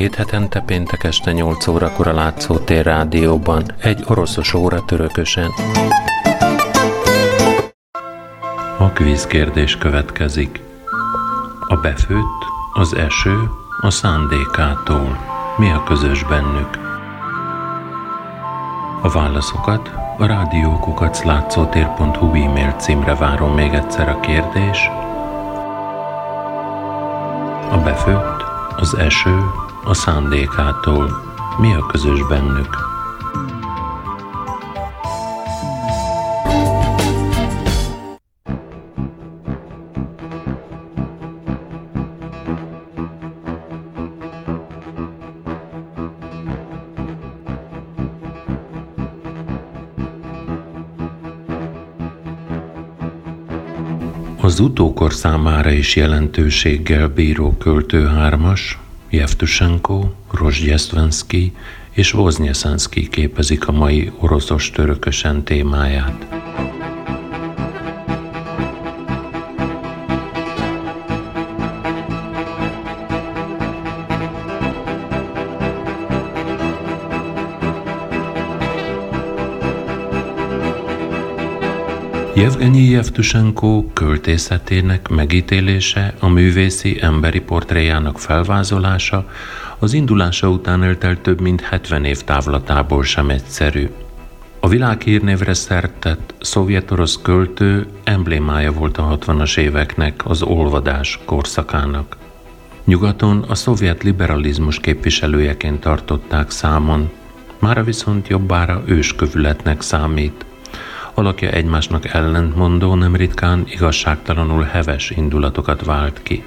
Két hetente péntek este 8 órakor a Látszótér rádióban, egy oroszos óra törökösen. A kvízkérdés következik. A befőtt, az eső, a szándékától. Mi a közös bennük? A válaszokat a rádiókukac@látszótér.hu e-mail címre várom. Még egyszer a kérdés. A befőtt, az eső, a szándékától. Mi a közös bennük? Az utókor számára is jelentőséggel bíró költő hármas, Jevtusenko, Rozsgyesztvenszky és Voznyeszenszky képezik a mai oroszos törökösen témáját. Jevgenyi Jevtusenko költészetének megítélése, a művészi emberi portréjának felvázolása az indulása után eltelt több mint 70 év távlatából sem egyszerű. A világhírnévre szert tett szovjet-orosz költő emblémája volt a 60-as éveknek, az olvadás korszakának. Nyugaton a szovjet liberalizmus képviselőjeként tartották számon, mára viszont jobbára őskövületnek számít. Alakja egymásnak ellentmondó, nem ritkán igazságtalanul heves indulatokat vált ki.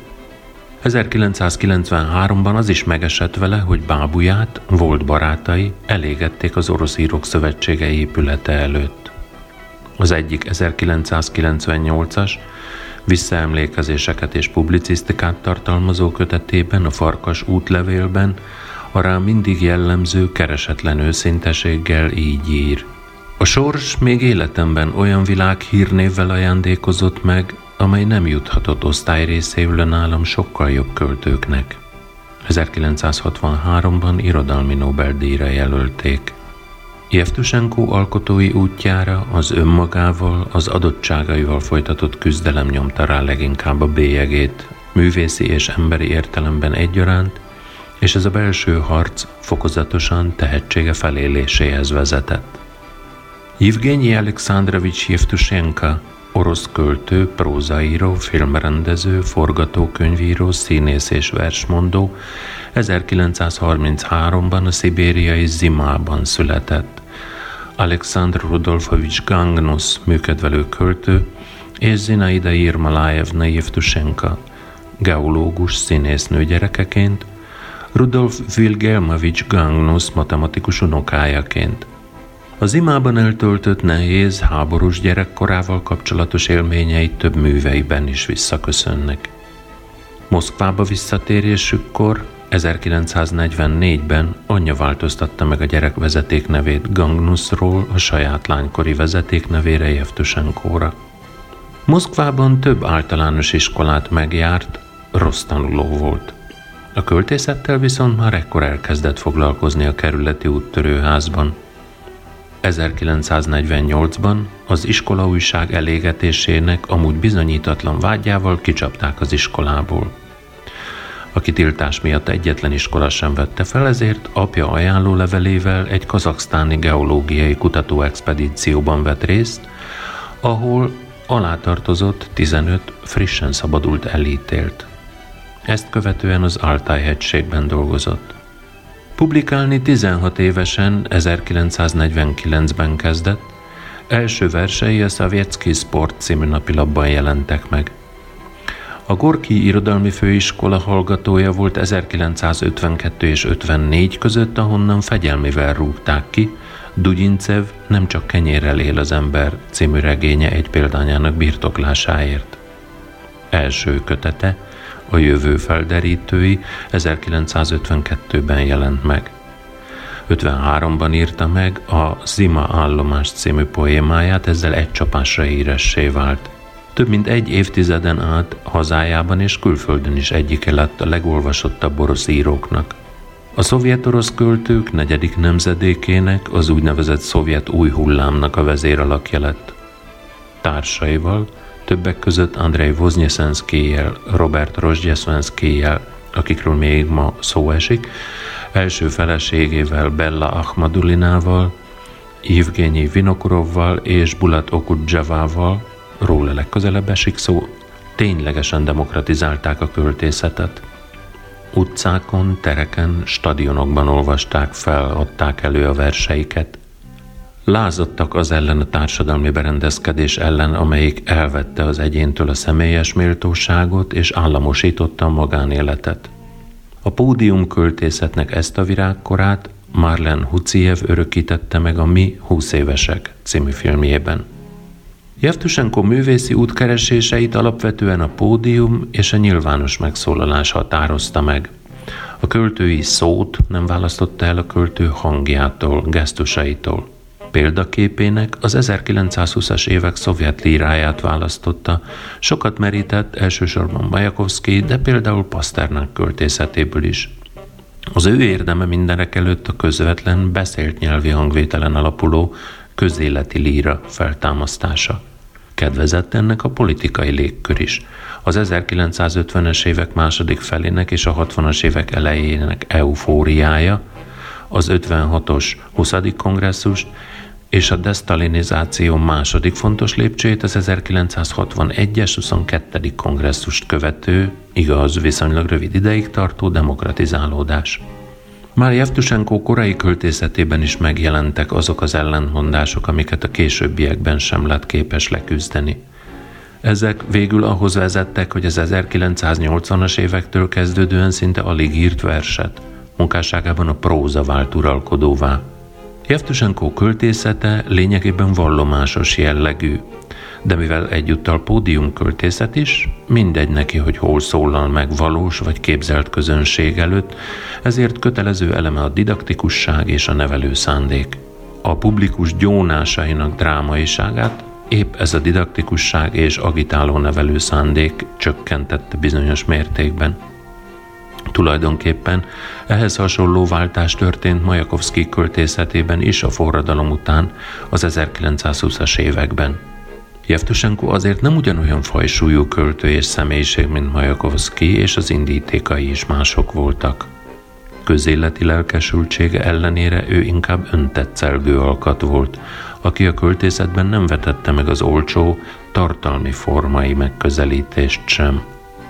1993-ban az is megesett vele, hogy bábuját, volt barátai elégették az Orosz Írók Szövetsége épülete előtt. Az egyik 1998-as visszaemlékezéseket és publicisztikát tartalmazó kötetében, a Farkas útlevélben a rá mindig jellemző keresetlen őszinteséggel így ír. A sors még életemben olyan világhírnévvel ajándékozott meg, amely nem juthatott osztályrészéül nálam sokkal jobb költőknek. 1963-ban irodalmi Nobel-díjra jelölték. Jevtusenko alkotói útjára az önmagával, az adottságaival folytatott küzdelem nyomta rá leginkább a bélyegét, művészi és emberi értelemben egyaránt, és ez a belső harc fokozatosan tehetsége feléléséhez vezetett. Jevgenyi Alekszandrovics Jevtusenko, orosz költő, prózaíró, filmrendező, forgatókönyvíró, színész és versmondó, 1933-ban a szibériai Zimában született. Alekszandr Rudolfovics Gangnus, műkedvelő költő, és Zinaida Irmalájevna Jevtusenko, geológus, színésznő gyerekeként, Rudolf Vilgelmovics Gangnus matematikus unokájaként. A Zimában eltöltött nehéz, háborús gyerekkorával kapcsolatos élményei több műveiben is visszaköszönnek. Moszkvába visszatérésükkor 1944-ben anyja változtatta meg a gyerek vezetéknevét Gangnusról a saját lánykori vezetéknevére, Jevtusenkóra. Moszkvában több általános iskolát megjárt, rossz tanuló volt. A költészettel viszont már ekkor elkezdett foglalkozni a kerületi úttörőházban. 1948-ban az iskolaújság elégetésének amúgy bizonyítatlan vádjával kicsapták az iskolából. A kitiltás miatt egyetlen iskola sem vette fel, ezért apja ajánlólevelével egy kazaksztáni geológiai kutatóexpedícióban vett részt, ahol alátartozott 15 frissen szabadult elítélt. Ezt követően az Altaj-hegységben dolgozott. Publikálni 16 évesen, 1949-ben kezdett, első versei a Szovjetszkij Sport című napilapban jelentek meg. A Gorki Irodalmi Főiskola hallgatója volt 1952 és 54 között, ahonnan fegyelmivel rúgták ki, Dugyincev Nem csak kenyérrel él az ember című regénye egy példányának birtoklásáért. Első kötete, A jövő felderítői 1952-ben jelent meg. 53-ban írta meg a Zima állomás című poémáját, ezzel egy csapásra híressé vált. Több mint egy évtizeden át hazájában és külföldön is egyike lett a legolvasottabb orosz íróknak. A szovjet-orosz költők negyedik nemzedékének, az úgynevezett szovjet új hullámnak a vezéralakja lett. Társaival, többek között Andrei Voznyeszenszkijjel, Robert Rozsgyeszvenszkijjel, akikről még ma szó esik, első feleségével Bella Ahmadulinával, Jevgenyi Vinokurovval és Bulat Okudzsavával, róla legközelebb esik szó, ténylegesen demokratizálták a költészetet. Utcákon, tereken, stadionokban olvasták fel, adták elő a verseiket. Lázadtak az ellen a társadalmi berendezkedés ellen, amelyik elvette az egyéntől a személyes méltóságot és államosította a magánéletet. A pódium költészetnek ezt a virágkorát Marlen Hucijev örökítette meg a Mi 20 évesek című filmjében. Jevtusenko művészi útkereséseit alapvetően a pódium és a nyilvános megszólalás határozta meg. A költői szót nem választotta el a költő hangjától, gesztusaitól. Példaképének az 1920-as évek szovjet líráját választotta, sokat merített elsősorban Majakovszkij, de például Pasternak költészetéből is. Az ő érdeme mindenek előtt a közvetlen, beszélt nyelvi hangvételen alapuló közéleti líra feltámasztása. Kedvezett ennek a politikai légkör is. Az 1950-es évek második felének és a 60-as évek elejének eufóriája, az 56-os 20. kongresszust és a desztalinizáció második fontos lépcsőjét, az 1961-es 22. kongresszust követő, igaz, viszonylag rövid ideig tartó demokratizálódás. Már Jevtusenko korai költészetében is megjelentek azok az ellentmondások, amiket a későbbiekben sem lett képes leküzdeni. Ezek végül ahhoz vezettek, hogy az 1980-as évektől kezdődően szinte alig írt verset. Munkásságában a próza vált uralkodóvá. Jevtusenko költészete lényegében vallomásos jellegű, de mivel egyúttal pódium költészet is, mindegy neki, hogy hol szólal meg valós vagy képzelt közönség előtt, ezért kötelező eleme a didaktikusság és a nevelő szándék. A publikus gyónásainak drámaiságát épp ez a didaktikusság és agitáló nevelő szándék csökkentette bizonyos mértékben. Tulajdonképpen ehhez hasonló váltás történt Majakovszkij költészetében is a forradalom után, az 1920-as években. Jevtusenko azért nem ugyanolyan fajsúlyú költő és személyiség, mint Majakovszkij, és az indítékai is mások voltak. Közéleti lelkesültsége ellenére ő inkább öntetszelgő alkat volt, aki a költészetben nem vetette meg az olcsó, tartalmi formai megközelítést sem.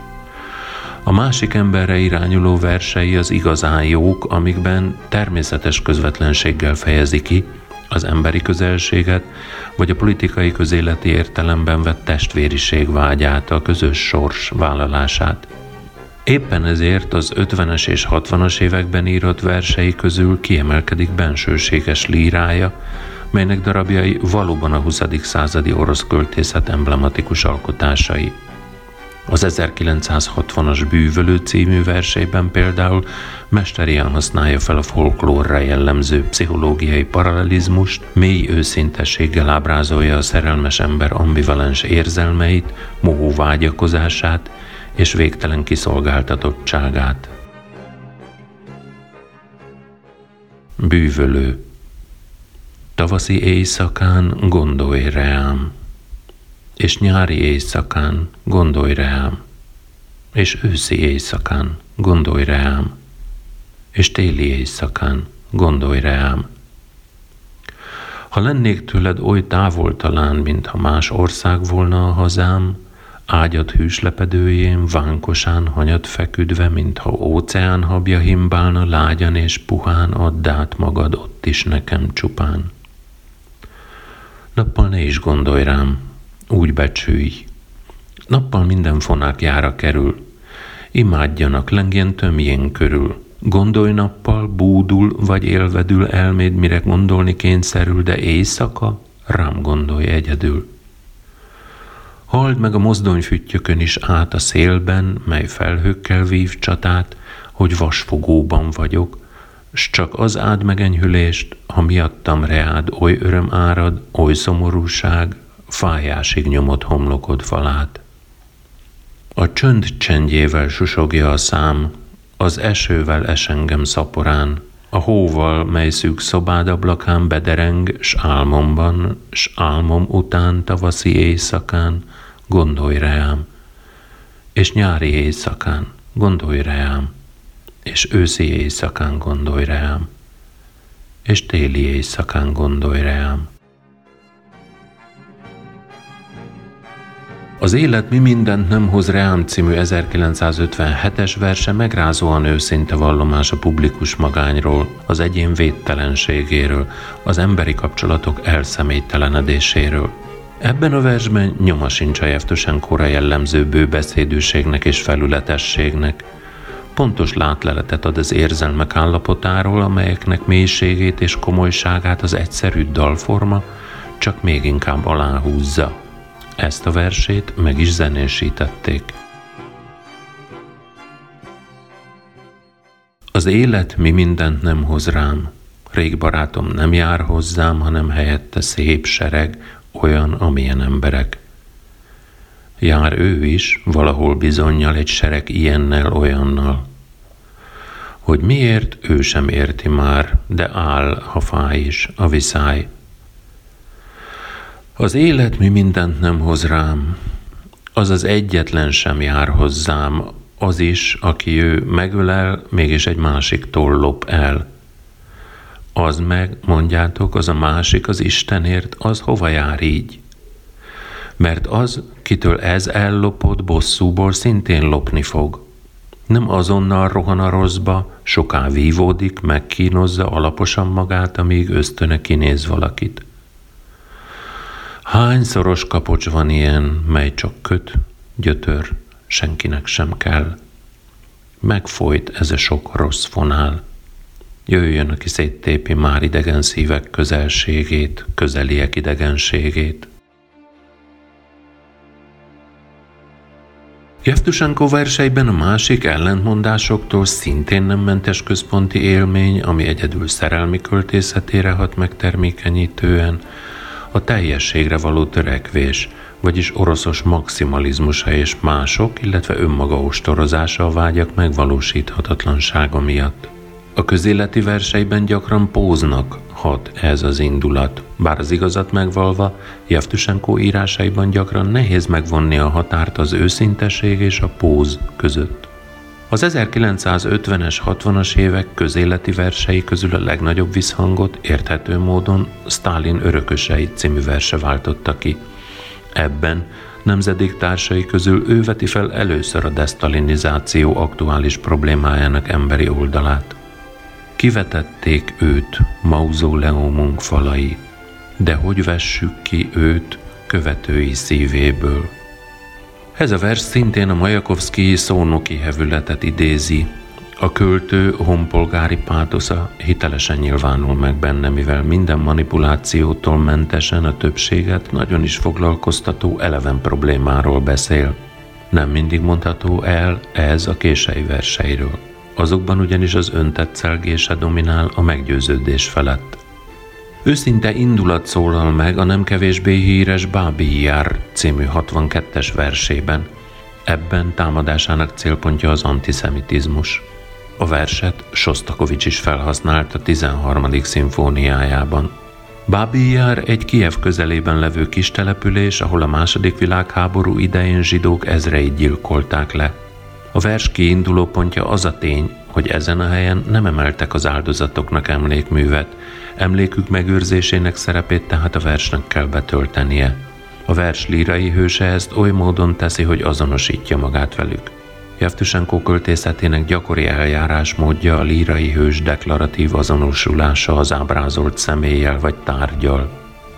A másik emberre irányuló versei az igazán jók, amikben természetes közvetlenséggel fejezi ki az emberi közelséget, vagy a politikai közéleti értelemben vett testvériség vágyát, a közös sors vállalását. Éppen ezért az 50-es és 60-as években írott versei közül kiemelkedik bensőséges lírája, melynek darabjai valóban a 20. századi orosz költészet emblematikus alkotásai. Az 1960-as Bűvölő című verseiben például mesterien használja fel a folklórra jellemző pszichológiai paralelizmust, mély őszintességgel ábrázolja a szerelmes ember ambivalens érzelmeit, mohó vágyakozását és végtelen kiszolgáltatottságát. Bűvölő. Tavaszi éjszakán gondolj rám, és nyári éjszakán gondolj rám, és őszi éjszakán gondolj rám, és téli éjszakán gondolj rám. Ha lennék tőled oly távol talán, mintha más ország volna a hazám, ágyad hűslepedőjén, vánkosán hanyat feküdve, mintha óceán habja himbálna lágyan és puhán, add át magad ott is nekem csupán. Nappal ne is gondolj rám, úgy becsülj. Nappal minden fonákjára kerül, imádjanak, lengjen tömjén körül. Gondolj nappal, búdul vagy élvedül elméd, mire gondolni kényszerül, de éjszaka rám gondolj egyedül. Halld meg a mozdonyfüttyökön is át a szélben, mely felhőkkel vív csatát, hogy vasfogóban vagyok, s csak az áld meg enyhülést, ha miattam reád oly öröm árad, oly szomorúság, fájásig nyomod homlokod falát. A csönd csendjével susogja a szám, az esővel es engem szaporán, a hóval, mely szűk szobád ablakán bedereng, s álmomban, s álmom után tavaszi éjszakán, gondolj rám, és nyári éjszakán, gondolj rám, és őszi éjszakán gondolj rám, és téli éjszakán gondolj rám. Az élet mi mindent nem hoz rám című 1957-es verse megrázóan őszinte vallomás a publikus magányról, az egyén védtelenségéről, az emberi kapcsolatok elszemélytelenedéséről. Ebben a versben nyoma sincs a Jevtusenkóra jellemző bőbeszédűségnek és felületességnek. Pontos látleletet ad az érzelmek állapotáról, amelyeknek mélységét és komolyságát az egyszerű dalforma csak még inkább aláhúzza. Ezt a versét meg is zenésítették. Az élet mi mindent nem hoz rám, rég barátom nem jár hozzám, hanem helyette szép sereg, olyan, amilyen emberek. Jár ő is, valahol bizonnyal egy sereg ilyennel, olyannal. Hogy miért, ő sem érti már, de áll, ha fáj is, a viszály. Az élet mi mindent nem hoz rám, az az egyetlen sem jár hozzám, az is, aki ő megölel, mégis egy másiktól lop el. Az meg, mondjátok, az a másik az Istenért, az hova jár így? Mert az, kitől ez ellopott bosszúból szintén lopni fog. Nem azonnal rohan a rosszba, soká vívódik, megkínozza alaposan magát, amíg ösztöne kinéz valakit. Hány szoros kapocs van ilyen, mely csak köt, gyötör, senkinek sem kell. Megfolyt ez a sok rossz fonál. Jöjjön, aki széttépi már idegen szívek közelségét, közeliek idegenségét. Jevtusenko verseiben a másik ellentmondásoktól szintén nem mentes központi élmény, ami egyedül szerelmi költészetére hat megtermékenyítően, a teljességre való törekvés, vagyis oroszos maximalizmusa és mások, illetve önmaga ostorozása a vágyak megvalósíthatatlansága miatt. A közéleti verseiben gyakran póznak hat ez az indulat, bár az igazat megvalva, Jevtusenko írásaiban gyakran nehéz megvonni a határt az őszinteség és a póz között. Az 1950-es, 60-as évek közéleti versei közül a legnagyobb visszhangot érthető módon Sztálin örökösei című verse váltotta ki. Ebben nemzedéktársai közül ő veti fel először a desztalinizáció aktuális problémájának emberi oldalát. Kivetették őt mauzóleumunk falai, de hogy vessük ki őt követői szívéből? Ez a vers szintén a Majakovszkij szónoki hevületet idézi. A költő honpolgári pátosza hitelesen nyilvánul meg benne, mivel minden manipulációtól mentesen a többséget nagyon is foglalkoztató eleven problémáról beszél. Nem mindig mondható el ez a kései verseiről. Azokban ugyanis az öntetsztelgése dominál a meggyőződés felett. Őszinte indulat szólal meg a nem kevésbé híres Babi Jár című 62-es versében. Ebben támadásának célpontja az antiszemitizmus. A verset Sosztakovics is felhasznált a 13. szimfóniájában. Babi Jár egy Kijev közelében levő kis település, ahol a II. Világháború idején zsidók ezreit gyilkolták le. A vers kiinduló pontja az a tény, hogy ezen a helyen nem emeltek az áldozatoknak emlékművet, emlékük megőrzésének szerepét tehát a versnek kell betöltenie. A vers lírai hőse ezt oly módon teszi, hogy azonosítja magát velük. Jevtusenko költészetének gyakori eljárásmódja a lírai hős deklaratív azonosulása az ábrázolt személlyel vagy tárggyal.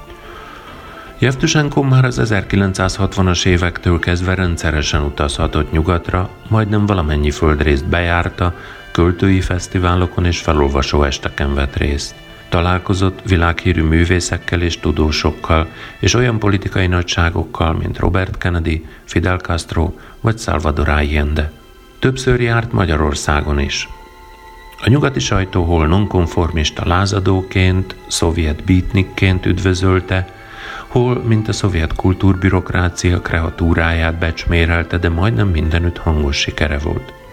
Jevtusenko már az 1960-as évektől kezdve rendszeresen utazhatott nyugatra, majdnem valamennyi földrészt bejárta, költői fesztiválokon és felolvasó esteken vett részt. Találkozott világhírű művészekkel és tudósokkal, és olyan politikai nagyságokkal, mint Robert Kennedy, Fidel Castro vagy Salvador Allende. Többször járt Magyarországon is. A nyugati sajtó hol nonkonformista lázadóként, szovjet beatnikként üdvözölte, hol, mint a szovjet kultúrbürokrácia kreatúráját becsmérelte, de majdnem mindenütt hangos sikere volt.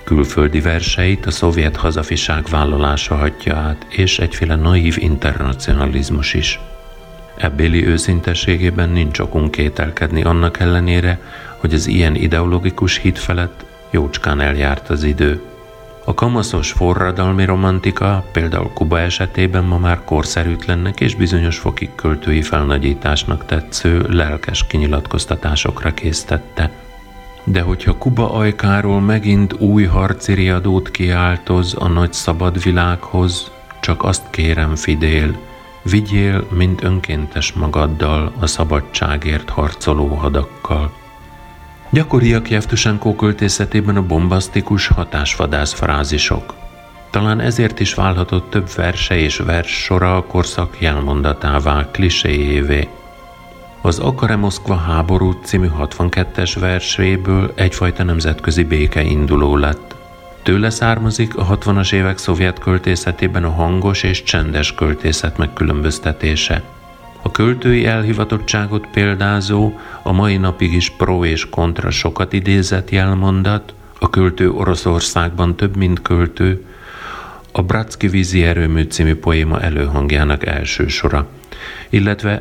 Külföldi verseit a szovjet hazafiság vállalása hatja át, és egyféle naív internacionalizmus is. Ebbéli őszintességében nincs okunk kételkedni annak ellenére, hogy az ilyen ideológikus hit felett jócskán eljárt az idő. A kamaszos forradalmi romantika például Kuba esetében ma már korszerűtlennek és bizonyos fokig költői felnagyításnak tetsző lelkes kinyilatkoztatásokra késztette. De hogyha Kuba ajkáról megint új harci riadót kiáltoz a nagy szabad világhoz, csak azt kérem, Fidél, vigyél, mint önkéntes magaddal a szabadságért harcoló hadakkal. Gyakoriak Jevtusenkó költészetében a bombasztikus, hatásvadász frázisok. Talán ezért is válhatott több verse és verssora a korszak jelmondatává, kliséjévé. Az Akare Moszkva háború című 62-es verséből egyfajta nemzetközi béke induló lett. Tőle származik a 60-as évek szovjet költészetében a hangos és csendes költészet megkülönböztetése. A költői elhivatottságot példázó, a mai napig is pro és kontra sokat idézett jelmondat, a költő Oroszországban több mint költő, a Bratszki vízi erőmű című poéma előhangjának első sora, illetve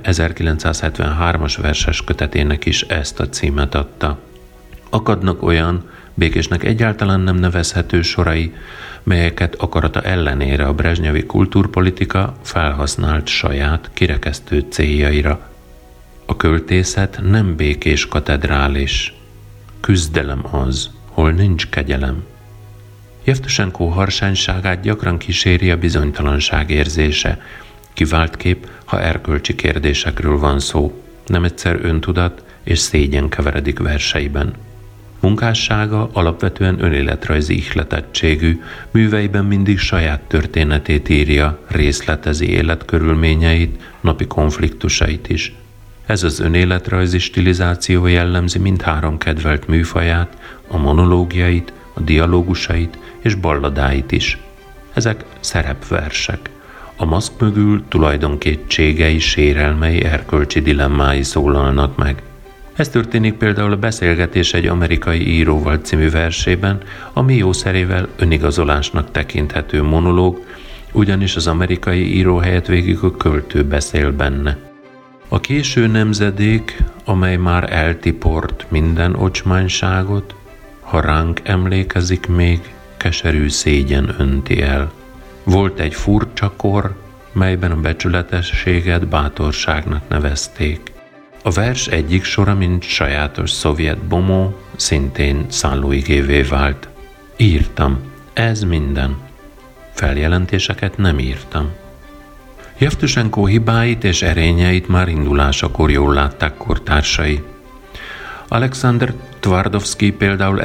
1973-as verses kötetének is ezt a címet adta. Akadnak olyan, békésnek egyáltalán nem nevezhető sorai, melyeket akarata ellenére a brezsnyevi kultúrpolitika felhasznált saját, kirekesztő céljaira. A költészet nem békés katedrális. Küzdelem az, hol nincs kegyelem. Jevtusenkó harsányságát gyakran kíséri a bizonytalanság érzése, kiváltképp, ha erkölcsi kérdésekről van szó, nem egyszer öntudat és szégyen keveredik verseiben. Munkássága alapvetően önéletrajzi ihletettségű, műveiben mindig saját történetét írja, részletezi életkörülményeit, napi konfliktusait is. Ez az önéletrajzi stilizáció jellemzi mindhárom kedvelt műfaját, a monológiait, a dialógusait és balladáit is. Ezek szerepversek. A maszk mögül tulajdonkétségei, sérelmei, erkölcsi dilemmái szólalnak meg. Ez történik például a Beszélgetés egy amerikai íróval című versében, ami jószerével önigazolásnak tekinthető monológ, ugyanis az amerikai író helyett végig a költő beszél benne. A késő nemzedék, amely már eltiport minden ocsmányságot, ha ránk emlékezik még, keserű szégyen önti el. Volt egy furcsa kor, melyben a becsületességet bátorságnak nevezték. A vers egyik sora, mint sajátos szovjet bomó, szintén szállóigévé vált. Írtam, ez minden. Feljelentéseket nem írtam. Jevtusenkó hibáit és erényeit már indulásakor jól látták kortársai. Alexander Tvardovszky például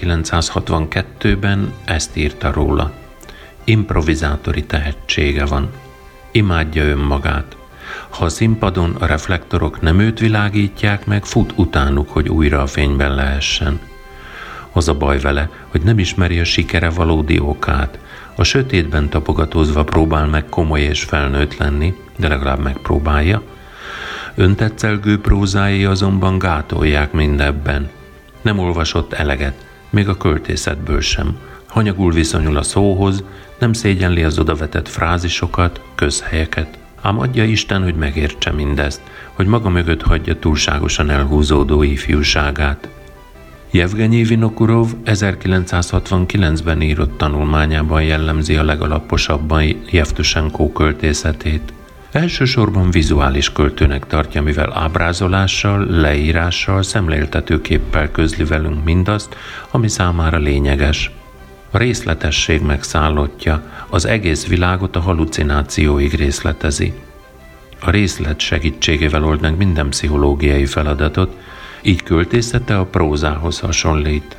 1962-ben ezt írta róla. Improvizátori tehetsége van. Imádja önmagát. Ha a színpadon a reflektorok nem őt világítják meg, fut utánuk, hogy újra a fényben lehessen. Az a baj vele, hogy nem ismeri a sikere valódi okát. A sötétben tapogatózva próbál meg komoly és felnőtt lenni, de legalább megpróbálja. Öntetszelgő prózái azonban gátolják mindebben. Nem olvasott eleget, még a költészetből sem. Hanyagul viszonyul a szóhoz, nem szégyenli az odavetett frázisokat, közhelyeket. Ám adja Isten, hogy megértse mindezt, hogy maga mögött hagyja túlságosan elhúzódó ifjúságát. Jevgenyi Vinokurov 1969-ben írott tanulmányában jellemzi a legalaposabban Jevtusenkó költészetét. Elsősorban vizuális költőnek tartja, mivel ábrázolással, leírással, szemléltetőképpel közli velünk mindazt, ami számára lényeges. A részletesség megszállottja, az egész világot a halucinációig részletezi. A részlet segítségével old meg minden pszichológiai feladatot, így költészete a prózához hasonlít.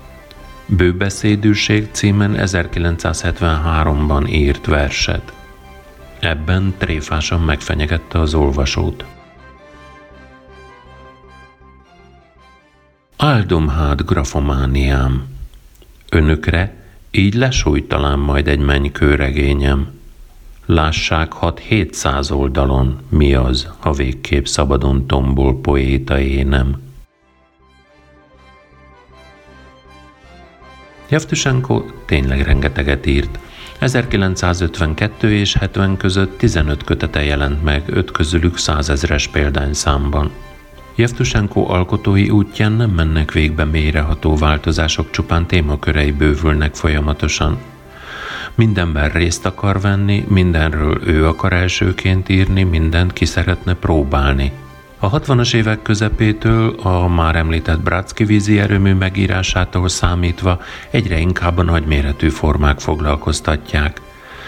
Bőbeszédűség címen 1973-ban írt verset. Ebben tréfásan megfenyegette az olvasót. Áldom hát grafomániám, önökre így lesújt talán majd egy mennykőregényem. Lássák 600-700 oldalon, mi az, ha végképp szabadon tombol poéta énem. Jevtusenko tényleg rengeteget írt. 1952 és 70 között 15 kötete jelent meg, 5 közülük 100 000-es példányszámban. Jevtusenko alkotói útján nem mennek végbe mélyreható változások, csupán témakörei bővülnek folyamatosan. Mindenben részt akar venni, mindenről ő akar elsőként írni, mindent ki szeretne próbálni. A 60-as évek közepétől a már említett Bratszki vízi erőmű megírásától számítva egyre inkább a nagyméretű formák foglalkoztatják.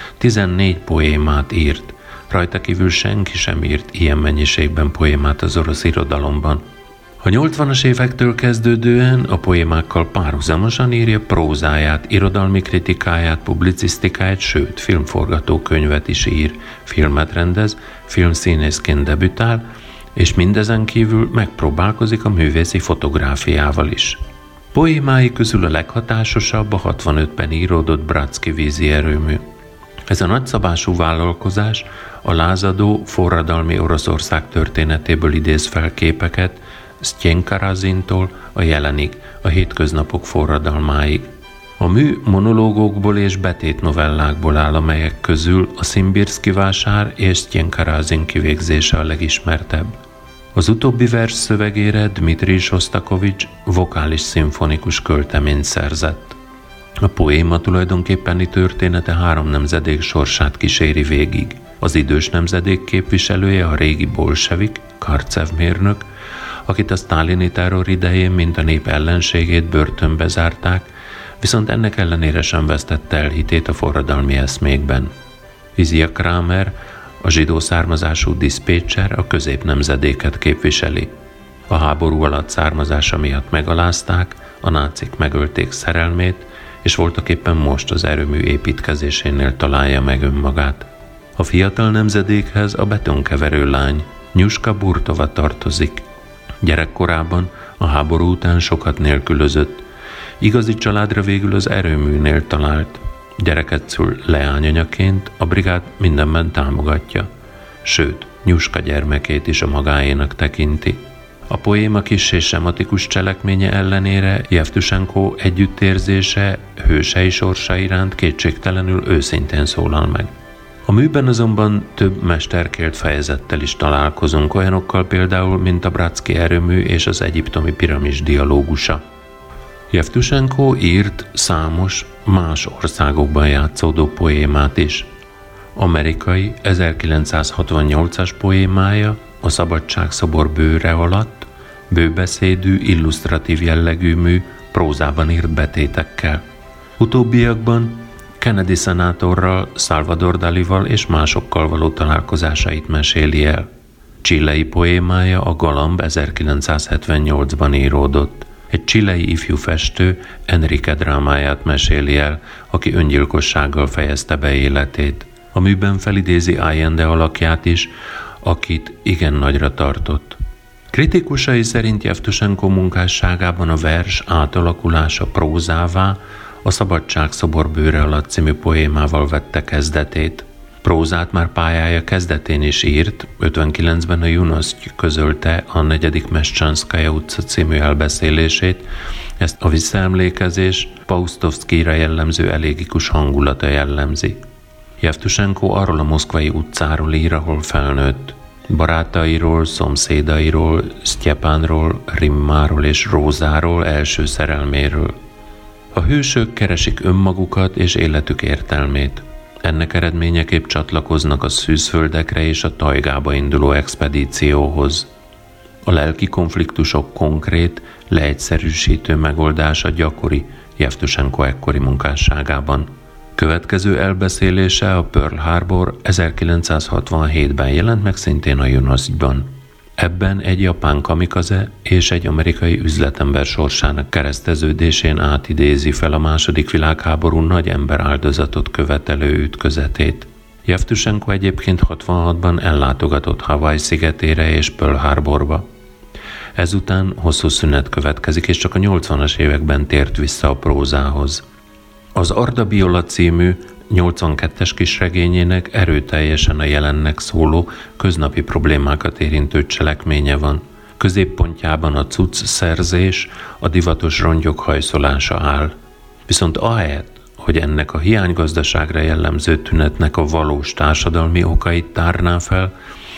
14 poémát írt, rajta kívül senki sem írt ilyen mennyiségben poémát az orosz irodalomban. A 80-as évektől kezdődően a poémákkal párhuzamosan írja prózáját, irodalmi kritikáját, publicisztikáját, sőt, filmforgatókönyvet is ír, filmet rendez, filmszínészként debütál, és mindezen kívül megpróbálkozik a művészi fotográfiával is. Poémái közül a leghatásosabb a 65-ben íródott Bratszki vízi erőmű. Ez a nagyszabású vállalkozás a lázadó, forradalmi Oroszország történetéből idéz fel képeket, Sztyenka Razintól a jelenig, a hétköznapok forradalmáig. A mű monológokból és betétnovellákból áll, amelyek közül a Szimbirszki vásár és Sztyenka Razin kivégzése a legismertebb. Az utóbbi vers szövegére Dmitrij Sostakovics vokális szimfonikus költeményt szerzett. A poéma tulajdonképpeni története 3 nemzedék sorsát kíséri végig. Az idős nemzedék képviselője a régi bolsevik, Karcev mérnök, akit a sztálini terror idején, mint a nép ellenségét börtönbe zárták, viszont ennek ellenére sem vesztette el hitét a forradalmi eszmékben. Izia Kramer, a zsidó származású diszpécser, a középnemzedéket képviseli. A háború alatt származása miatt megalázták, a nácik megölték szerelmét, és voltaképpen most az erőmű építkezésénél találja meg önmagát. A fiatal nemzedékhez a betonkeverő lány, Nyuska Burtova tartozik. Gyerekkorában a háború után sokat nélkülözött. Igazi családra végül az erőműnél talált. Gyereket szül leányanyaként, a brigád mindenben támogatja. Sőt, Nyuska gyermekét is a magáénak tekinti. A poéma kissé sematikus cselekménye ellenére Jevtusenko együttérzése, hősei sorsa iránt kétségtelenül őszintén szólal meg. A műben azonban több mesterkélt fejezettel is találkozunk, olyanokkal például, mint a Bratszki erőmű és az egyiptomi piramis dialógusa. Jevtusenko írt számos más országokban játszódó poémát is. Amerikai 1968-as poémája, a Szabadságszobor bőre alatt, bőbeszédű, illusztratív jellegű mű, prózában írt betétekkel. Utóbbiakban Kennedy szenátorral, Salvador Dalival és másokkal való találkozásait meséli el. Chilei poémája, a Galamb 1978-ban íródott. Egy chilei ifjú festő Enrique drámáját meséli el, aki öngyilkossággal fejezte be életét. A műben felidézi Allende alakját is, akit igen nagyra tartott. Kritikusai szerint Jevtusenko munkásságában a vers átalakulása prózává, a Szabadságszobor bőre alatt című poémával vette kezdetét. Prózát már pályája kezdetén is írt, 59-ben a Junoszty közölte a 4. Meszcsanszkaja utca című elbeszélését, ezt a visszaemlékezés Paustovszkijra jellemző elégikus hangulata jellemzi. Jevtusenko arról a moszkvai utcáról ír, ahol felnőtt. Barátairól, szomszédairól, Sztyepánról, Rimmáról és Rózáról, első szerelméről. A hősök keresik önmagukat és életük értelmét. Ennek eredményeképp csatlakoznak a szűzföldekre és a tajgába induló expedícióhoz. A lelki konfliktusok konkrét, leegyszerűsítő megoldása gyakori Jevtusenko ekkori munkásságában. Következő elbeszélése, a Pearl Harbor 1967-ben jelent meg szintén a Junosztyban. Ebben egy japán kamikaze és egy amerikai üzletember sorsának kereszteződésén átidézi fel a II. Világháború nagy emberáldozatot követelő ütközetét. Jevtusenko egyébként 66-ban ellátogatott Hawaii szigetére és Pearl Harborba. Ezután hosszú szünet következik, és csak a 80-as években tért vissza a prózához. Az Arda Biola című 82-es kisregényének erőteljesen a jelennek szóló, köznapi problémákat érintő cselekménye van. Középpontjában a cucc szerzés, a divatos rongyok hajszolása áll. Viszont ahelyett, hogy ennek a hiánygazdaságra jellemző tünetnek a valós társadalmi okait tárná fel,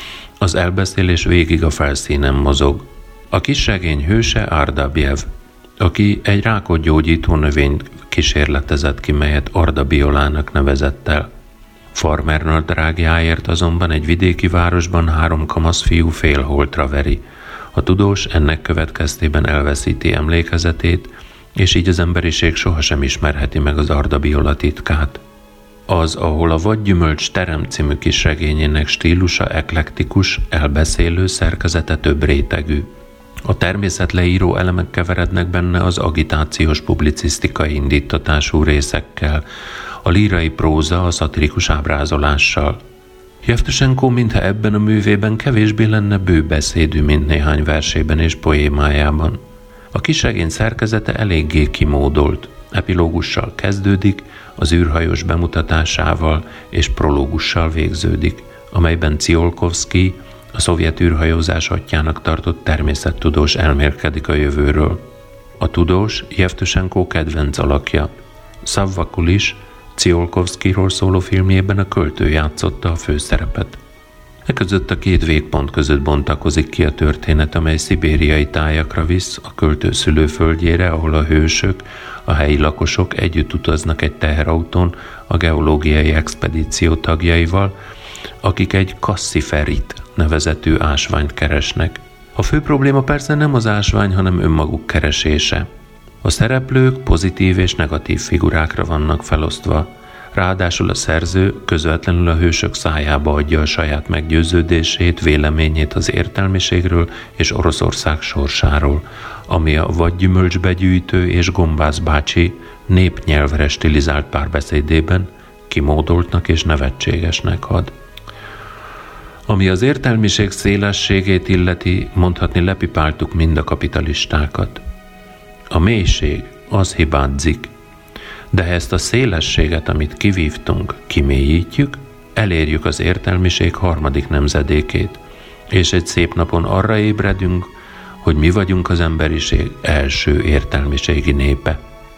az elbeszélés végig a felszínen mozog. A kisregény hőse Ardabjev, aki egy rákot gyógyító növényt kísérletezett ki, melyet ardabiolának nevezett el. Farmer nadrágjáért azonban egy vidéki városban 3 kamasz fiú félholtra veri. A tudós ennek következtében elveszíti emlékezetét, és így az emberiség sohasem ismerheti meg az ardabiola titkát. Az, ahol a Vadgyümölcs Terem című kisregényének stílusa eklektikus, elbeszélő, szerkezete több rétegű. A természetleíró elemek keverednek benne az agitációs publicisztikai indítatású részekkel, a lírai próza a szatirikus ábrázolással. Jevtusenko mintha ebben a művében kevésbé lenne bőbeszédű, mint néhány versében és poémájában. A kisregény szerkezete eléggé kimódolt, epilógussal kezdődik, az űrhajós bemutatásával és prológussal végződik, amelyben Ciolkovszky, a szovjet űrhajózás atyjának tartott természettudós elmélkedik a jövőről. A tudós Jevtusenko kedvenc alakja. Savva Kulis Ciolkovszkyról szóló filmjében a költő játszotta a főszerepet. Eközött a 2 végpont között bontakozik ki a történet, amely szibériai tájakra visz, a költő szülőföldjére, ahol a hősök, a helyi lakosok együtt utaznak egy teherautón a geológiai expedíció tagjaival, akik egy kassziferit nevezetű ásványt keresnek. A fő probléma persze nem az ásvány, hanem önmaguk keresése. A szereplők pozitív és negatív figurákra vannak felosztva, ráadásul a szerző közvetlenül a hősök szájába adja a saját meggyőződését, véleményét az értelmiségről és Oroszország sorsáról, ami a Vadgyümölcsbegyűjtő és Gombász bácsi népnyelvre stilizált párbeszédében kimódoltnak és nevetségesnek had. Ami az értelmiség szélességét illeti, mondhatni lepipáltuk mind a kapitalistákat. A mélység az hibázik, de ha ezt a szélességet, amit kivívtunk, kimélyítjük, elérjük az értelmiség 3. nemzedékét, és egy szép napon arra ébredünk, hogy mi vagyunk az emberiség első értelmiségi népe.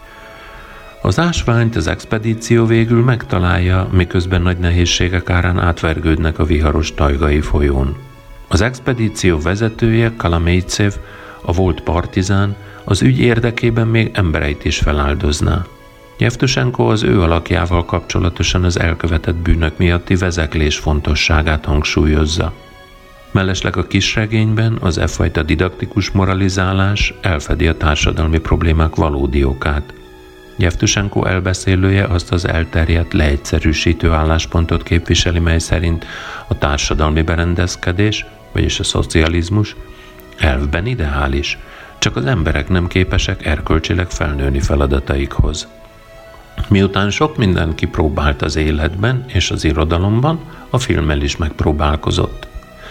Az ásványt az expedíció végül megtalálja, miközben nagy nehézségek árán átvergődnek a viharos tajgai folyón. Az expedíció vezetője, Kalamejcev, a volt partizán, az ügy érdekében még embereit is feláldozná. Jevtusenko az ő alakjával kapcsolatosan az elkövetett bűnök miatti vezeklés fontosságát hangsúlyozza. Mellesleg a kisregényben az e fajta didaktikus moralizálás elfedi a társadalmi problémák valódi okát. Jevtusenko elbeszélője azt az elterjedt, leegyszerűsítő álláspontot képviseli, mely szerint a társadalmi berendezkedés, vagyis a szocializmus elvben ideális, csak az emberek nem képesek erkölcsileg felnőni feladataikhoz. Miután sok mindent kipróbált az életben és az irodalomban, a filmmel is megpróbálkozott.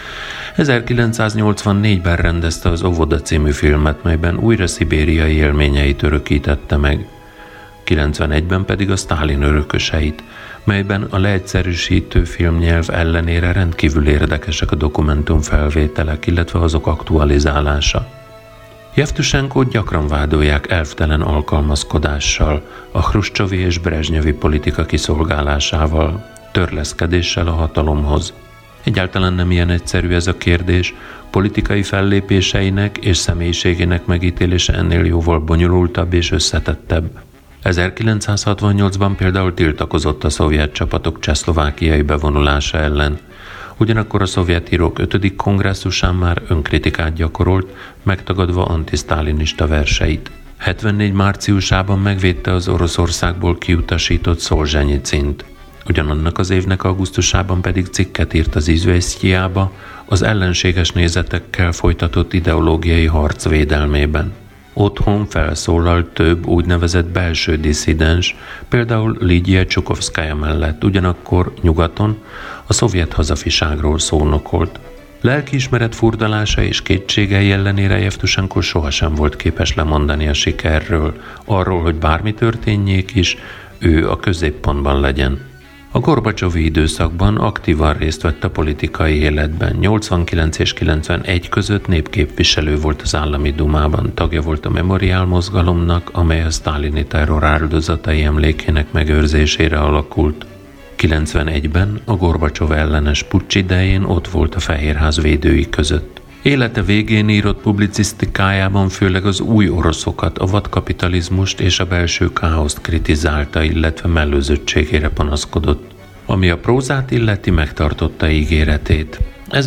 1984-ben rendezte az Óvoda című filmet, melyben újra szibériai élményeit örökítette meg. 91-ben pedig a Sztálin örököseit, melyben a leegyszerűsítő filmnyelv ellenére rendkívül érdekesek a dokumentumfelvételek, illetve azok aktualizálása. Jevtusenkót gyakran vádolják elvtelen alkalmazkodással, a hruscsovi és brezsnyevi politika kiszolgálásával, törleszkedéssel a hatalomhoz. Egyáltalán nem ilyen egyszerű ez a kérdés, politikai fellépéseinek és személyiségének megítélése ennél jóval bonyolultabb és összetettebb. 1968-ban például tiltakozott a szovjet csapatok csehszlovákiai bevonulása ellen. Ugyanakkor a szovjet írók 5. kongresszusán már önkritikát gyakorolt, megtagadva antisztálinista verseit. 74 márciusában megvédte az Oroszországból kiutasított Szolzsenyicint. Ugyanannak az évnek augusztusában pedig cikket írt az Izvesztjiába az ellenséges nézetekkel folytatott ideológiai harc védelmében. Otthon felszólalt több úgynevezett belső disszidens, például Lídia Csukovszkaja mellett, ugyanakkor nyugaton a szovjet hazafiságról szónokolt. Lelkiismeret furdalása és kétségei ellenére Jevtusenko sohasem volt képes lemondani a sikerről, arról, hogy bármi történjék is, ő a középpontban legyen. A Gorbacsovi időszakban aktívan részt vett a politikai életben. 89 és 91 között népképviselő volt az állami dumában, tagja volt a Memoriál mozgalomnak, amely a sztálini terror áldozatai emlékének megőrzésére alakult. 91-ben a Gorbacsov ellenes puccs idején ott volt a Fehérház védői között. Élete végén írott publicisztikájában főleg az új oroszokat, a vadkapitalizmust és a belső káoszt kritizálta, illetve mellőzöttségére panaszkodott. Ami a prózát illeti, megtartotta ígéretét.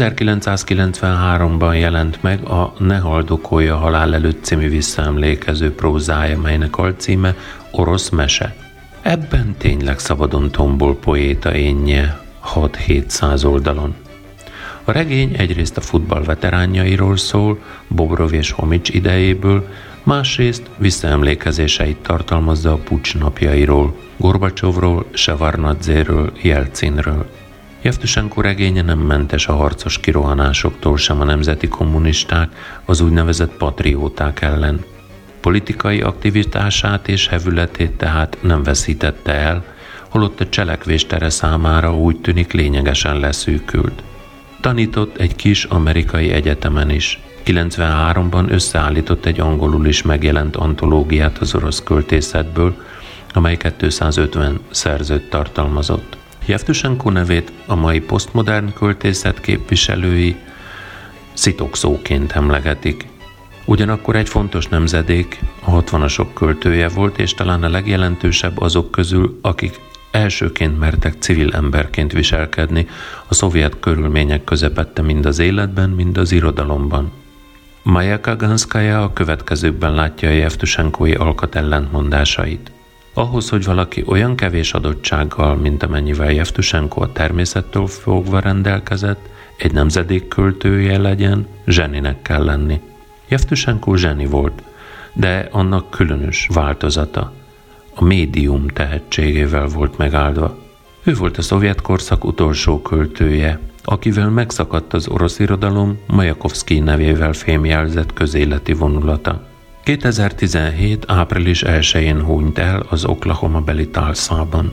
1993-ban jelent meg a Ne haldokolja halál előtt című visszaemlékező prózája, melynek alcíme Orosz mese. Ebben tényleg szabadon tombol poéta énje 6-700 oldalon. A regény egyrészt a futball veteránjairól szól, Bobrov és Homics idejéből, másrészt visszaemlékezéseit tartalmazza a puccs napjairól, Gorbacsovról, Sevarnadzéről, Jelcinről. Jevtusenko regénye nem mentes a harcos kirohanásoktól sem a nemzeti kommunisták, az úgynevezett patrióták ellen. Politikai aktivitását és hevületét tehát nem veszítette el, holott a cselekvés tere számára úgy tűnik lényegesen leszűkült. Tanított egy kis amerikai egyetemen is. 93-ban összeállított egy angolul is megjelent antológiát az orosz költészetből, amely 250 szerzőt tartalmazott. Jevtusenko nevét a mai posztmodern költészet képviselői szitokszóként emlegetik. Ugyanakkor egy fontos nemzedék, a 60-asok költője volt, és talán a legjelentősebb azok közül, akik elsőként mertek civil emberként viselkedni a szovjet körülmények közepette mind az életben, mind az irodalomban. Maja Kaganszkaja a következőkben látja a Jevtusenkói alkat ellentmondásait. Ahhoz, hogy valaki olyan kevés adottsággal, mint amennyivel Jevtusenko a természettől fogva rendelkezett, egy nemzedék költője legyen, zseninek kell lenni. Jevtusenko zseni volt, de annak különös változata. A médium tehetségével volt megáldva. Ő volt a szovjet korszak utolsó költője, akivel megszakadt az orosz irodalom Majakovszkij nevével fémjelzett közéleti vonulata. 2017. április 1-én hunyt el az Oklahoma beli Tulsában.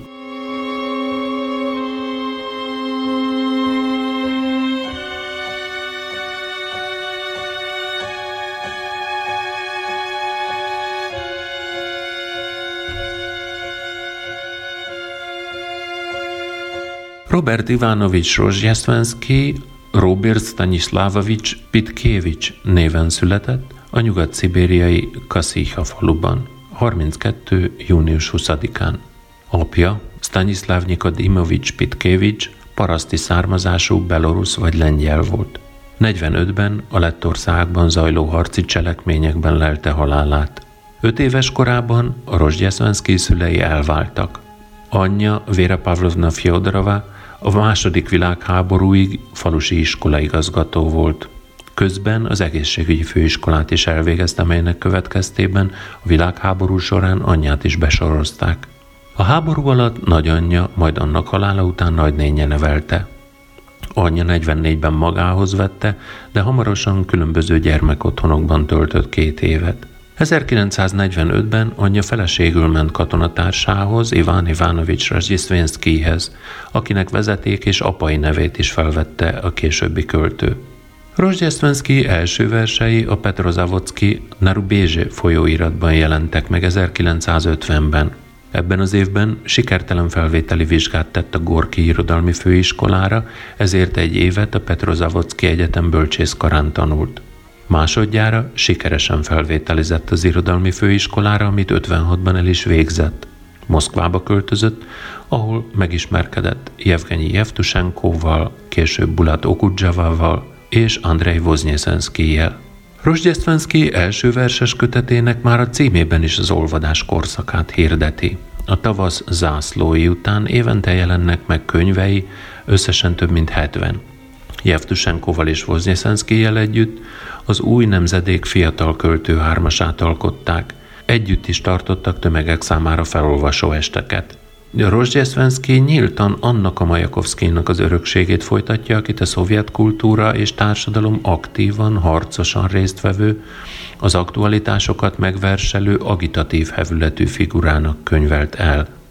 Robert Ivanovics Rozsnyesztvenszkij Robert Stanislavovics Pitkevics néven született a nyugat-szibériai Kaszija faluban, 32. június 20-án. Apja, Stanislav Nikodimovics Pitkevics paraszti származású belorusz vagy lengyel volt. 45-ben a Lettországban zajló harci cselekményekben lelte halálát. 5 éves korában a Rozsnyesztvenszkij szülei elváltak. Anyja, Vera Pavlovna Fjodorova, a II. Világháborúig falusi iskolaigazgató volt. Közben az egészségügyi főiskolát is elvégezte, melynek következtében a világháború során anyját is besorozták. A háború alatt nagyanyja, majd annak halála után nagynénje nevelte. Anyja 44-ben magához vette, de hamarosan különböző gyermekotthonokban töltött 2 évet. 1945-ben anyja feleségül ment katonatársához, Iván Ivanovics Rozsnyesztvenszkijhez, akinek vezeték és apai nevét is felvette a későbbi költő. Rozsnyesztvenszkij első versei a Petrozavodszki Na Rubezhe folyóiratban jelentek meg 1950-ben. Ebben az évben sikertelen felvételi vizsgát tett a Gorki irodalmi főiskolára, ezért 1 évet a Petrozavodszki Egyetem bölcsészkarán tanult. Másodjára sikeresen felvételizett az irodalmi főiskolára, amit 56-ban el is végzett. Moszkvába költözött, ahol megismerkedett Jevgenyi Jevtusenkóval, később Bulat Okudzsavával és Andrej Voznyeszenszkijjel. Rozsnyesztvenszkij első verses kötetének már a címében is az olvadás korszakát hirdeti. A tavasz zászlói után évente jelennek meg könyvei, összesen több mint 70. Jevtusenkóval és Voznyeszenszkijjel együtt az új nemzedék fiatal költő hármasát alkották. Együtt is tartottak tömegek számára felolvasó esteket. Rozsnyesztvenszkij nyíltan annak a Majakovszkijnak az örökségét folytatja, akit a szovjet kultúra és társadalom aktívan, harcosan résztvevő, az aktualitásokat megverselő, agitatív hevületű figurának könyvelt el. A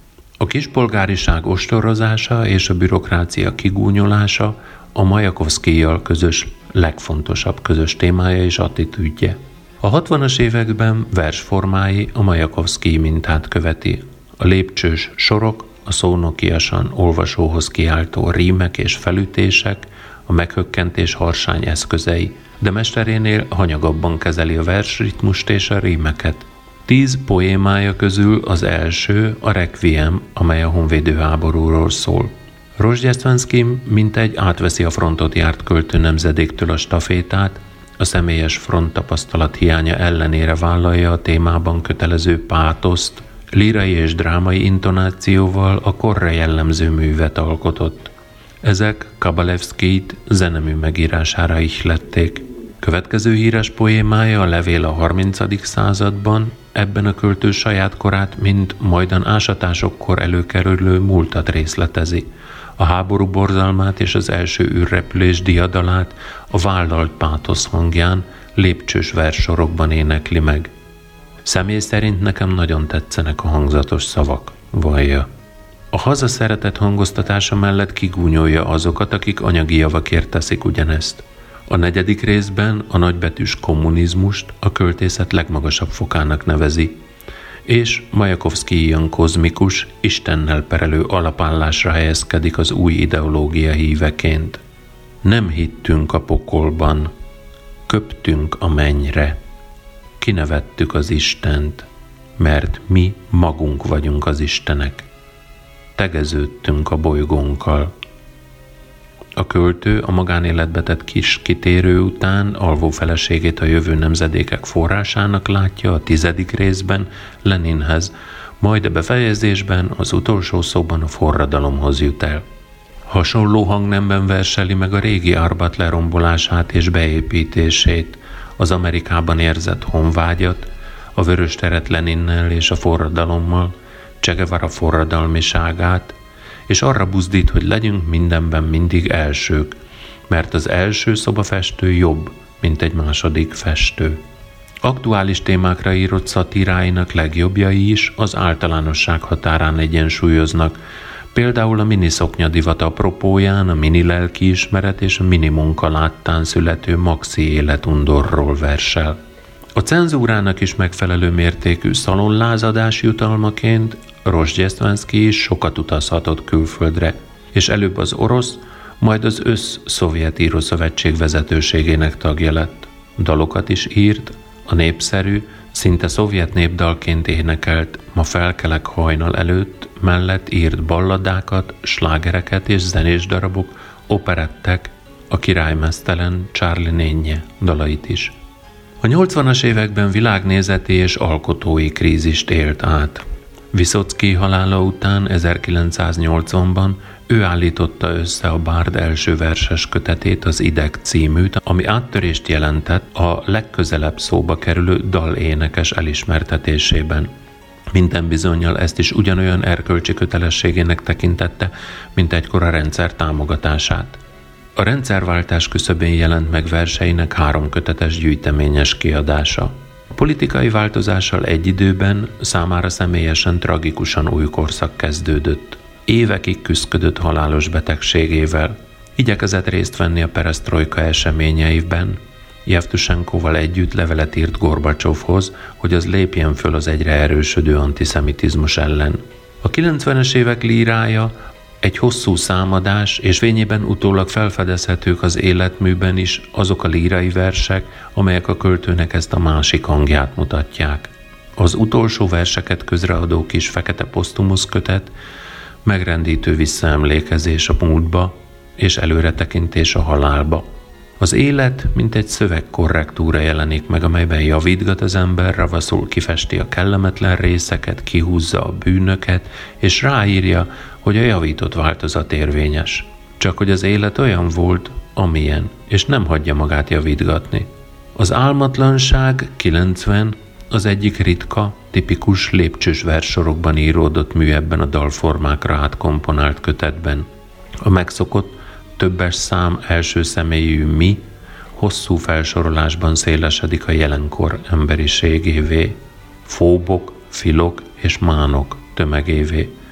A kispolgáriság ostorozása és a bürokrácia kigúnyolása a Majakovszkijjal közös legfontosabb közös témája és attitűdje. A 60-as években versformái a Majakovszkij mintát követi. A lépcsős sorok, a szónokiasan olvasóhoz kiáltó rímek és felütések, a meghökkentés harsány eszközei, de mesterénél hanyagabban kezeli a versritmust és a rímeket. 10 poémája közül az első a Requiem, amely a honvédő háborúról szól. Rozsdesztvenszkij mintegy átveszi a frontot járt költő nemzedéktől a stafétát, a személyes fronttapasztalat hiánya ellenére vállalja a témában kötelező pátoszt, lírai és drámai intonációval a korra jellemző művet alkotott. Ezek Kabalevszkijt zenemű megírására ihlették. Következő híres poémája a Levél a 30. században, ebben a költő saját korát, mint majdan ásatásokkor előkerülő múltat részletezi. A háború borzalmát és az első űrrepülés diadalát a vállalt pátosz hangján lépcsős verssorokban énekli meg. Személy szerint nekem nagyon tetszenek a hangzatos szavak, vallja. A haza szeretet hangoztatása mellett kigúnyolja azokat, akik anyagi javakért teszik ugyanezt. A 4. részben a nagybetűs kommunizmust a költészet legmagasabb fokának nevezi, és Majakovszkijjan kozmikus, Istennel perelő alapállásra helyezkedik az új ideológia híveként. Nem hittünk a pokolban, köptünk a mennyre, kinevettük az Istent, mert mi magunk vagyunk az istenek. Tegeződtünk a bolygónkkal. A költő a magánéletbe tett kis kitérő után alvó feleségét a jövő nemzedékek forrásának látja a 10. részben Leninhez, majd a befejezésben az utolsó szóban a forradalomhoz jut el. Hasonló hangnemben verseli meg a régi Arbat lerombolását és beépítését, az Amerikában érzett honvágyat, a vörös teret Leninnel és a forradalommal, Che Guevara forradalmiságát, és arra buzdít, hogy legyünk mindenben mindig elsők, mert az első szobafestő jobb, mint egy második festő. Aktuális témákra írott szatíráinak legjobbjai is az általánosság határán egyensúlyoznak, például a miniszoknya divat apropóján a mini lelkiismeret és a mini munka láttán születő maxi életundorról versel. A cenzúrának is megfelelő mértékű szalonlázadás jutalmaként Rozsdesztvenszkij is sokat utazhatott külföldre, és előbb az orosz, majd az össz-szovjet írószövetség vezetőségének tagja lett. Dalokat is írt, a népszerű, szinte szovjet népdalként énekelt Ma felkelek hajnal előtt mellett írt balladákat, slágereket és zenés darabok, operettek, a királymeztelen Charlie Nénje dalait is. A 80-as években világnézeti és alkotói krízist élt át. Viszoczkij halála után 1980-ban ő állította össze a Bárd első verses kötetét, az Ideg címűt, ami áttörést jelentett a legközelebb szóba kerülő dalénekes elismertetésében. Minden bizonnyal ezt is ugyanolyan erkölcsi kötelességének tekintette, mint egykor a rendszer támogatását. A rendszerváltás küszöbén jelent meg verseinek 3 kötetes gyűjteményes kiadása. A politikai változással egy időben számára személyesen tragikusan új korszak kezdődött. Évekig küszködött halálos betegségével. Igyekezett részt venni a peresztrojka eseményeiben. Jevtusenkoval együtt levelet írt Gorbacsovhoz, hogy az lépjen föl az egyre erősödő antiszemitizmus ellen. A 90-es évek lírája egy hosszú számadás, és fényében utólag felfedezhetők az életműben is azok a lírai versek, amelyek a költőnek ezt a másik hangját mutatják. Az utolsó verseket közreadó kis fekete posztumusz kötet megrendítő visszaemlékezés a múltba és előretekintés a halálba. Az élet, mint egy szövegkorrektúra jelenik meg, amelyben javítgat az ember, ravaszul kifesti a kellemetlen részeket, kihúzza a bűnöket, és ráírja, hogy a javított változat érvényes. Csak hogy az élet olyan volt, amilyen, és nem hagyja magát javítgatni. Az álmatlanság 90 az egyik ritka, tipikus lépcsős verssorokban íródott mű ebben a dalformákra átkomponált kötetben. A megszokott, többes szám első személyű mi hosszú felsorolásban szélesedik a jelenkor emberiségévé, fóbok, filok és mánok tömegévé,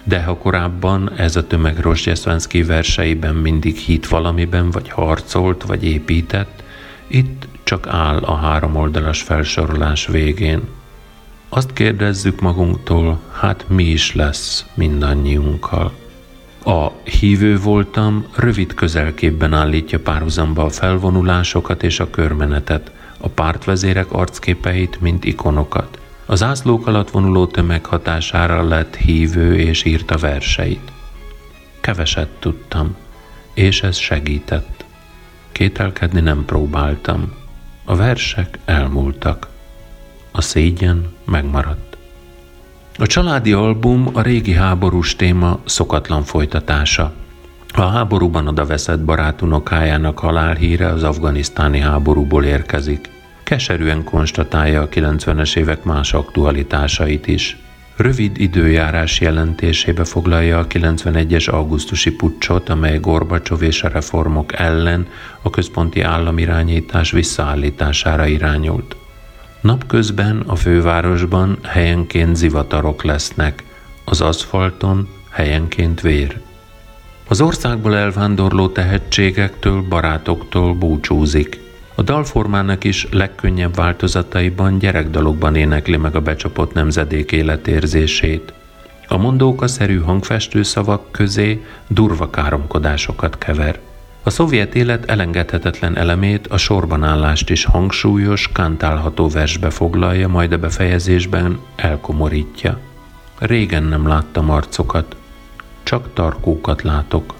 De ha korábban ez a tömeg Rozsnyeszvenszky verseiben mindig hitt valamiben, vagy harcolt, vagy épített, itt csak áll a 3 oldalas felsorolás végén. Azt kérdezzük magunktól, hát mi is lesz mindannyiunkkal. A hívő voltam rövid közelképben állítja párhuzamba a felvonulásokat és a körmenetet, a pártvezérek arcképeit, mint ikonokat. Az zászlók alatt vonuló tömeg hatására lett hívő és írta verseit. Keveset tudtam, és ez segített. Kételkedni nem próbáltam. A versek elmúltak. A szégyen megmaradt. A családi album a régi háborús téma szokatlan folytatása. A háborúban odaveszett barát unokájának halálhíre az afganisztáni háborúból érkezik. Keserűen konstatálja a 90-es évek más aktualitásait is. Rövid időjárás jelentésébe foglalja a 91-es augusztusi puccsot, amely Gorbacsov és a reformok ellen a központi államirányítás visszaállítására irányult. Napközben a fővárosban helyenként zivatarok lesznek, az aszfalton helyenként vér. Az országból elvándorló tehetségektől, barátoktól búcsúzik. A dalformának is legkönnyebb változataiban gyerekdalokban énekli meg a becsapott nemzedék életérzését. A mondókaszerű hangfestő szavak közé durva káromkodásokat kever. A szovjet élet elengedhetetlen elemét, a sorbanállást is hangsúlyos, kantálható versbe foglalja, majd a befejezésben elkomorítja. Régen nem láttam arcokat, csak tarkókat látok.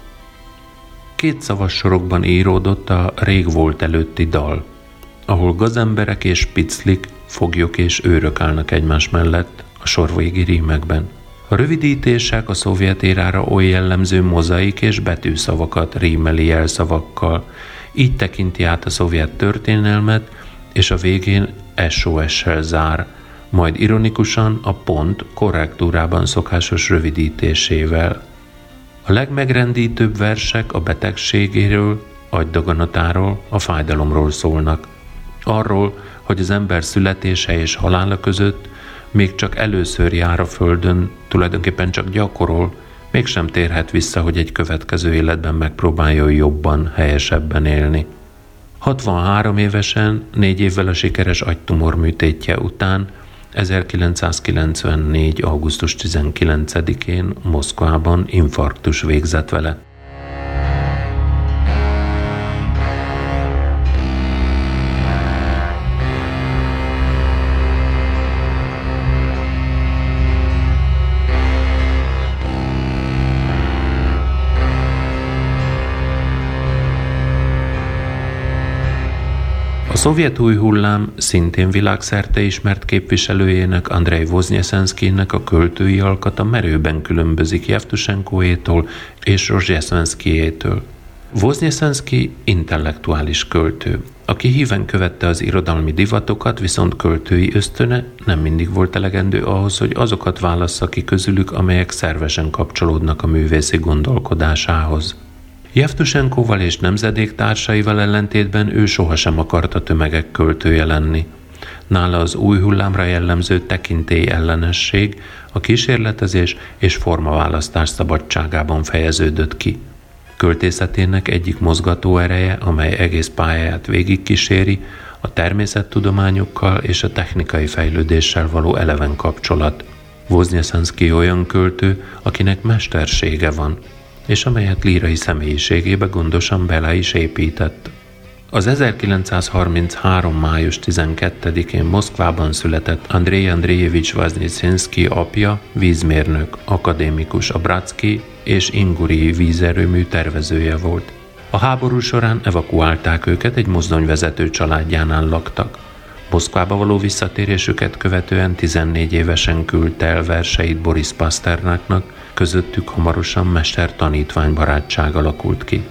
2 szavas sorokban íródott a rég volt előtti dal, ahol gazemberek és piclik, foglyok és őrök állnak egymás mellett a sorvégi rímekben. A rövidítések a szovjet érára oly jellemző mozaik és betűszavakat rímeli jelszavakkal, így tekinti át a szovjet történelmet, és a végén SOS-sel zár, majd ironikusan a pont korrektúrában szokásos rövidítésével. A legmegrendítőbb versek a betegségéről, agydaganatáról, a fájdalomról szólnak. Arról, hogy az ember születése és halála között még csak először jár a földön, tulajdonképpen csak gyakorol, mégsem térhet vissza, hogy egy következő életben megpróbáljon jobban, helyesebben élni. 63 évesen, 4 évvel a sikeres agytumor műtétje után, 1994. augusztus 19-én Moszkvában infarktus végzett vele. A szovjet új hullám szintén világszerte ismert képviselőjének, Andrej Voznyeszenszkynek a költői alkata merőben különbözik Jevtusenkóétól és Rozsnyeszvenszkyjétől. Voznyeszenszky intellektuális költő, aki híven követte az irodalmi divatokat, viszont költői ösztöne nem mindig volt elegendő ahhoz, hogy azokat válassza ki közülük, amelyek szervesen kapcsolódnak a művészi gondolkodásához. Jevtusenkóval és nemzedéktársaival ellentétben ő sohasem akart a tömegek költője lenni. Nála az új hullámra jellemző tekintély ellenesség, a kísérletezés és formaválasztás szabadságában fejeződött ki. Költészetének egyik mozgató ereje, amely egész pályáját végigkíséri, a természettudományokkal és a technikai fejlődéssel való eleven kapcsolat. Voznyeszenszky olyan költő, akinek mestersége van, és amelyet lírai személyiségébe gondosan bele is épített. Az 1933. május 12-én Moszkvában született Andrej Andrejevics Voznyeszenszky apja vízmérnök, akadémikus, a Bratszky és Inguri vízerőmű tervezője volt. A háború során evakuálták őket, egy mozdonyvezető családjánál laktak. Moszkvába való visszatérésüket követően 14 évesen küldte el verseit Boris Pasternaknak, közöttük hamarosan mester-tanítvány barátság alakult ki.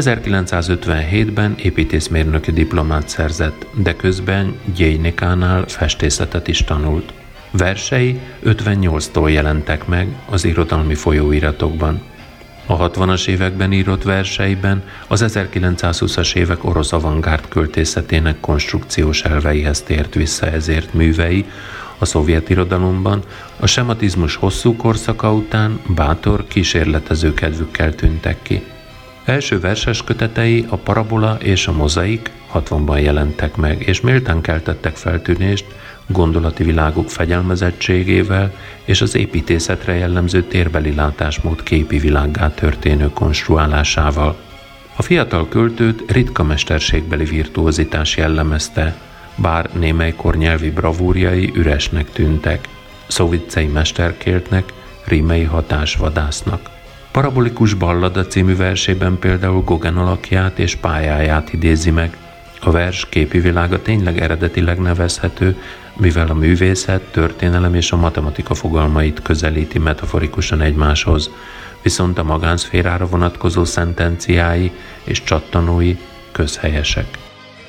1957-ben építészmérnöki diplomát szerzett, de közben Gyejnikánál festészetet is tanult. Versei 58-tól jelentek meg az irodalmi folyóiratokban. A 60-as években írott verseiben az 1920-as évek orosz avantgárd költészetének konstrukciós elveihez tért vissza, ezért művei A szovjet irodalomban a sematizmus hosszú korszaka után bátor, kísérletező kedvükkel tűntek ki. Első verses kötetei, a Parabola és a Mozaik 60-ban jelentek meg, és méltán keltettek feltűnést gondolati világuk fegyelmezettségével és az építészetre jellemző térbeli látásmód képi világgá történő konstruálásával. A fiatal költőt ritka mesterségbeli virtuozitás jellemezte, bár némelykor nyelvi bravúrjai üresnek tűntek, szóviccei mesterkéltnek, rímei hatásvadásznak. Parabolikus ballada című versében például Gauguin alakját és pályáját idézi meg. A vers képi világa tényleg eredetileg nevezhető, mivel a művészet, történelem és a matematika fogalmait közelíti metaforikusan egymáshoz, viszont a magánszférára vonatkozó szentenciái és csattanói közhelyesek.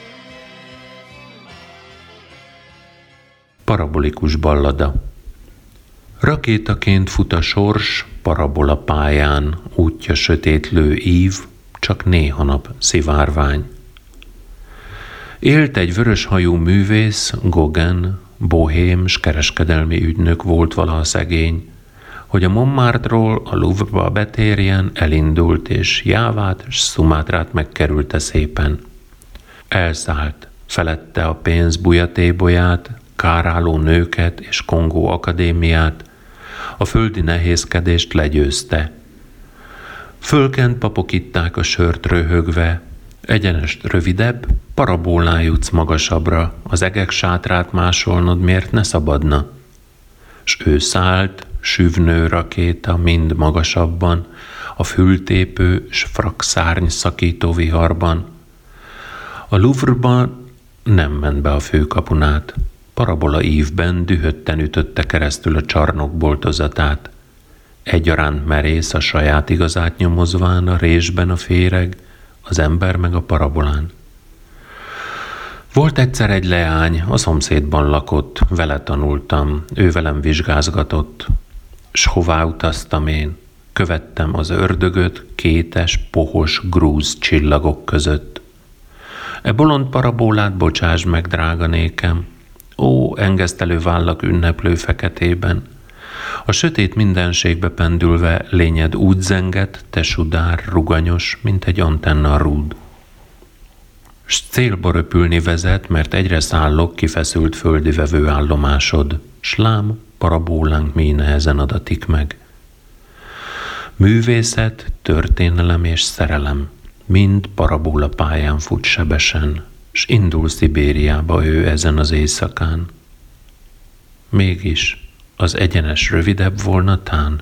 Parabolikus ballada. Rakétaként fut a sors parabola pályán, útja sötétlő ív, csak néha nap szivárvány. Élt egy vöröshajú művész, Gauguin, bohém s kereskedelmi ügynök volt valaha szegény, hogy a Montmartre-ról a Louvre-ba betérjen, elindult, és Jávát s Szumátrát megkerülte szépen. Elszállt, felette a pénz bujatébolyát, káráló nőket és Kongó akadémiát, a földi nehézkedést legyőzte. Fölkent papok itták a sört röhögve, egyenest rövidebb, parabolán jutsz magasabbra, az egek sátrát másolnod miért ne szabadna? S ő szállt, süvnő rakéta mind magasabban, a fültépő s frakszárny szakító viharban. A Louvre-ban nem ment be a főkapunát, parabola ívben dühötten ütötte keresztül a csarnok boltozatát. Egyaránt merész a saját igazát nyomozván, a résben a féreg, az ember meg a parabolán. Volt egyszer egy leány, a szomszédban lakott, vele tanultam, ő velem vizsgázgatott. S hová utaztam én? Követtem az ördögöt kétes, pohos, grúz csillagok között. E bolond parabolát bocsáss meg, drága nékem, ó, engesztelő vállak ünneplő feketében. A sötét mindenségbe pendülve lényed úgy zenget, te sudár, ruganyos, mint egy antenna rúd. S célba röpülni vezet, mert egyre szállok kifeszült földi vevőállomásod, s lám, parabólánk mi nehezen adatik meg. Művészet, történelem és szerelem mind parabóla pályán fut sebesen, s indul Szibériába ő ezen az éjszakán. Mégis az egyenes rövidebb volna tán.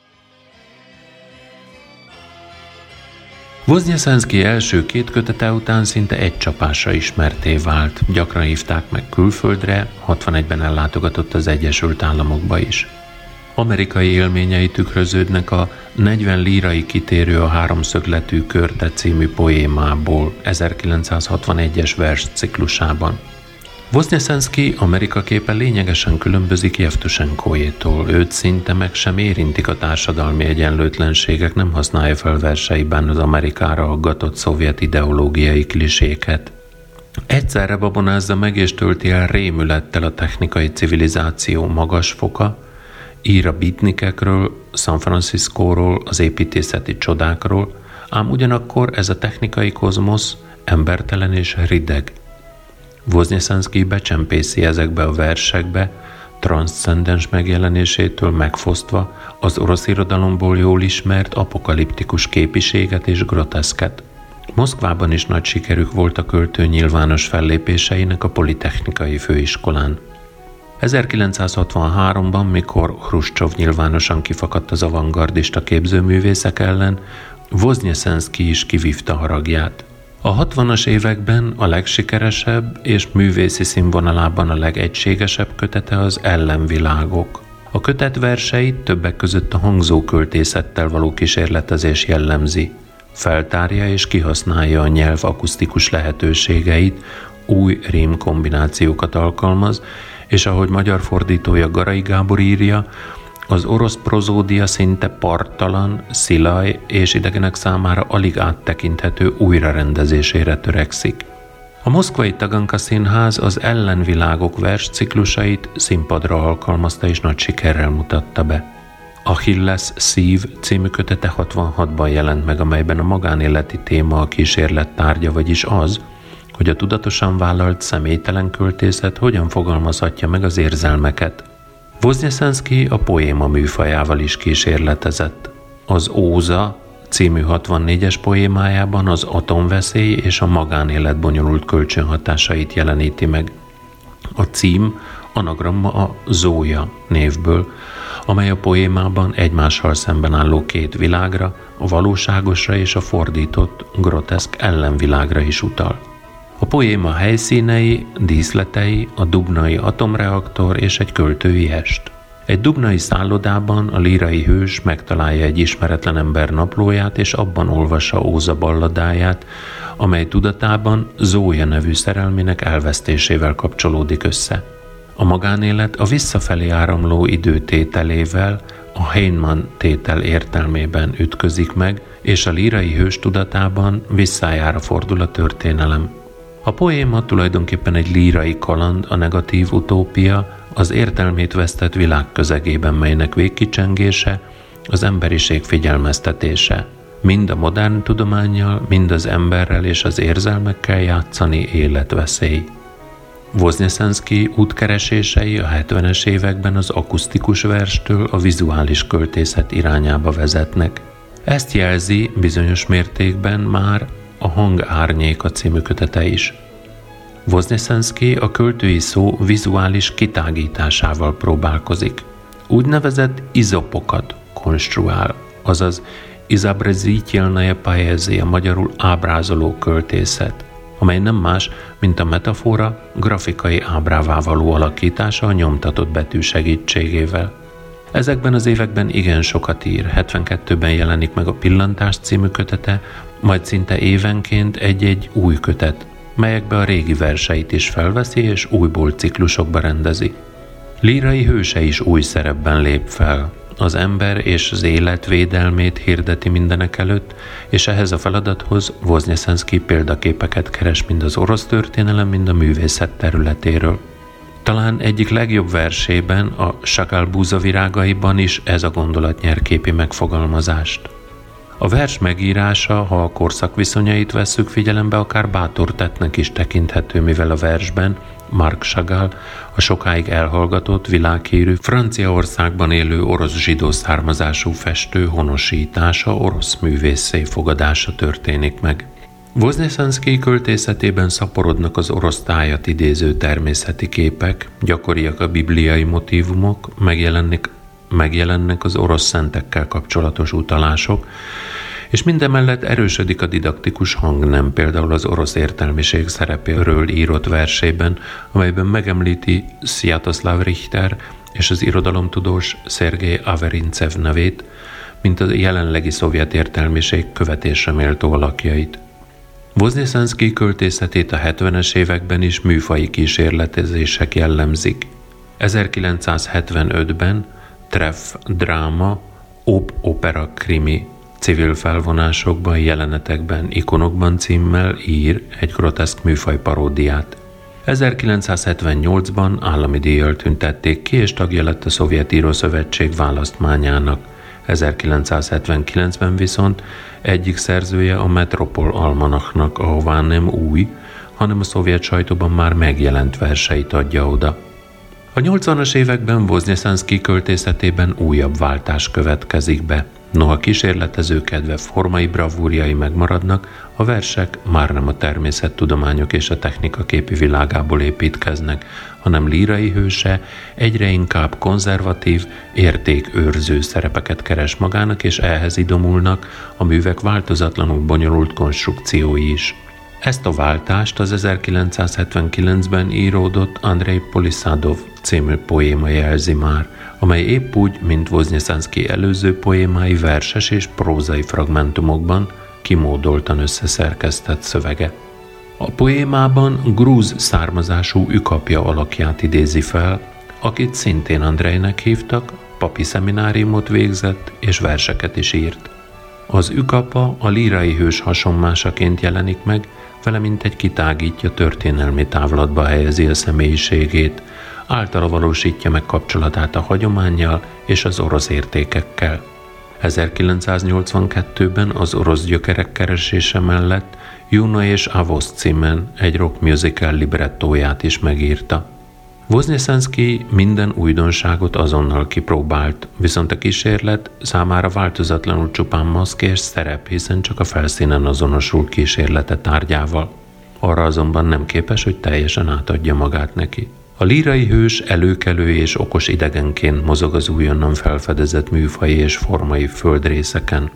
Wozniacki első két kötete után szinte egy csapásra ismertté vált. Gyakran hívták meg külföldre, 61-ben ellátogatott az Egyesült Államokba is. Amerikai élményei tükröződnek a 40 lírai kitérő a háromszögletű körte című poémából 1961-es vers ciklusában. Wozniacki Amerika képe lényegesen különbözik Jevtusenkójétól, őt szinte meg sem érintik a társadalmi egyenlőtlenségek, nem használja fel verseiben az Amerikára aggatott szovjet ideológiai kliséket. Egyszerre babonázza meg és tölti el rémülettel a technikai civilizáció magas foka, ír a beatnikekről, San Franciscóról, az építészeti csodákról, ám ugyanakkor ez a technikai kozmosz embertelen és rideg. Wozniacki becsempészi ezekbe a versekbe, transzcendens megjelenésétől megfosztva az orosz irodalomból jól ismert apokaliptikus képiséget és groteszket. Moszkvában is nagy sikerük volt a költő nyilvános fellépéseinek a Politechnikai Főiskolán. 1963-ban, mikor Hruscsov nyilvánosan kifakadt az avantgardista képzőművészek ellen, Wozniacki is kivívta haragját. A 60-as években a legsikeresebb és művészi színvonalában a legegységesebb kötete az Ellenvilágok. A kötet verseit többek között a hangzóköltészettel való kísérletezés jellemzi. Feltárja és kihasználja a nyelv akusztikus lehetőségeit, új rímkombinációkat alkalmaz, és ahogy magyar fordítója Garai Gábor írja, az orosz prozódia szinte parttalan, szilaj és idegenek számára alig áttekinthető újrarendezésére törekszik. A moszkvai Taganka Színház az Ellenvilágok versciklusait színpadra alkalmazta és nagy sikerrel mutatta be. Achilles szív című kötete 66-ban jelent meg, amelyben a magánéleti téma a kísérlet tárgya, vagyis az, hogy a tudatosan vállalt személytelen költészet hogyan fogalmazhatja meg az érzelmeket. Voznyeszenszky a poéma műfajával is kísérletezett. Az Óza című 64-es poémájában az atomveszély és a magánélet bonyolult kölcsönhatásait jeleníti meg. A cím anagramma a Zója névből, amely a poémában egymással szemben álló két világra, a valóságosra és a fordított, groteszk ellenvilágra is utal. A poéma helyszínei, díszletei, a dubnai atomreaktor és egy költői est. Egy dubnai szállodában a lírai hős megtalálja egy ismeretlen ember naplóját, és abban olvassa Óza balladáját, amely tudatában Zója nevű szerelmének elvesztésével kapcsolódik össze. A magánélet a visszafelé áramló időtételével, a Heinemann tétel értelmében ütközik meg, és a lírai hős tudatában visszájára fordul a történelem. A poéma tulajdonképpen egy lírai kaland, a negatív utópia, az értelmét vesztett világ közegében, melynek végkicsengése, az emberiség figyelmeztetése. Mind a modern tudománnyal, mind az emberrel és az érzelmekkel játszani életveszély. Voznyeszenszky útkeresései a 70-es években az akusztikus verstől a vizuális költészet irányába vezetnek. Ezt jelzi bizonyos mértékben már a Hang árnyéka című kötete is. Voznyeszenszky a költői szó vizuális kitágításával próbálkozik. Úgynevezett izopokat konstruál, azaz izobrazitelная poézia, magyarul ábrázoló költészet, amely nem más, mint a metafora grafikai ábrává való alakítása a nyomtatott betű segítségével. Ezekben az években igen sokat ír. 72-ben jelenik meg a Pillantás című kötete, majd szinte évenként egy-egy új kötet, melyekbe a régi verseit is felveszi és újból ciklusokba rendezi. Lírai hőse is új szerepben lép fel. Az ember és az élet védelmét hirdeti mindenek előtt, és ehhez a feladathoz Voznyeszenszky példaképeket keres mind az orosz történelem, mind a művészet területéről. Talán egyik legjobb versében, a Chagall búzavirágaiban is ez a gondolat nyer képi megfogalmazást. A vers megírása, ha a korszak viszonyait vesszük figyelembe, akár bátor tettnek is tekinthető, mivel a versben Marc Chagall, a sokáig elhallgatott, világhírű, Franciaországban élő orosz zsidó származású festő honosítása, orosz művészé fogadása történik meg. Voznyeszenszky költészetében szaporodnak az orosz tájat idéző természeti képek, gyakoriak a bibliai motívumok, megjelennek az orosz szentekkel kapcsolatos utalások, és mindemellett erősödik a didaktikus hangnem, például az orosz értelmiség szerepéről írott versében, amelyben megemlíti Sviatoslav Richter és az irodalomtudós Szergej Averinczev nevét, mint a jelenlegi szovjet értelmiség követésre méltó alakjait. Voznyeszenszky költészetét a 70-es években is műfaji kísérletezések jellemzik. 1975-ben Treff dráma, opera krimi civil felvonásokban, jelenetekben, ikonokban címmel ír egy groteszk műfaj paródiát. 1978-ban állami díjjal tüntették ki, és tagja lett a Szovjet Írószövetség választmányának. 1979-ben viszont egyik szerzője a Metropol almanachnak, ahová nem új, hanem a szovjet sajtóban már megjelent verseit adja oda. A 80-as években Voznyeszenszky költészetében újabb váltás következik be. Noha kísérletező kedve formai bravúrjai megmaradnak, a versek már nem a természettudományok és a technika képi világából építkeznek, hanem lírai hőse egyre inkább konzervatív, értékőrző szerepeket keres magának, és ehhez idomulnak a művek változatlanul bonyolult konstrukciói is. Ezt a váltást az 1979-ben íródott Andrei Polisadov című poéma jelzi már, amely épp úgy, mint Voznyeszenszky előző poémái verses és prózai fragmentumokban kimódoltan összeszerkesztett szövege. A poémában grúz származású ükapja alakját idézi fel, akit szintén Andrejnek hívtak, papi szemináriumot végzett és verseket is írt. Az ükapa a lírai hős hasonmásaként jelenik meg, vele mintegy kitágítja, történelmi távlatba helyezi a személyiségét, általa valósítja meg kapcsolatát a hagyománnyal és az orosz értékekkel. 1982-ben az orosz gyökerek keresése mellett Juno és Avosz címen egy rock musical librettóját is megírta. Wozniacki minden újdonságot azonnal kipróbált, viszont a kísérlet számára változatlanul csupán maszk és szerep, hiszen csak a felszínen azonosul kísérlete tárgyával. Arra azonban nem képes, hogy teljesen átadja magát neki. A lírai hős előkelő és okos idegenként mozog az újonnan felfedezett műfaji és formai földrészeken.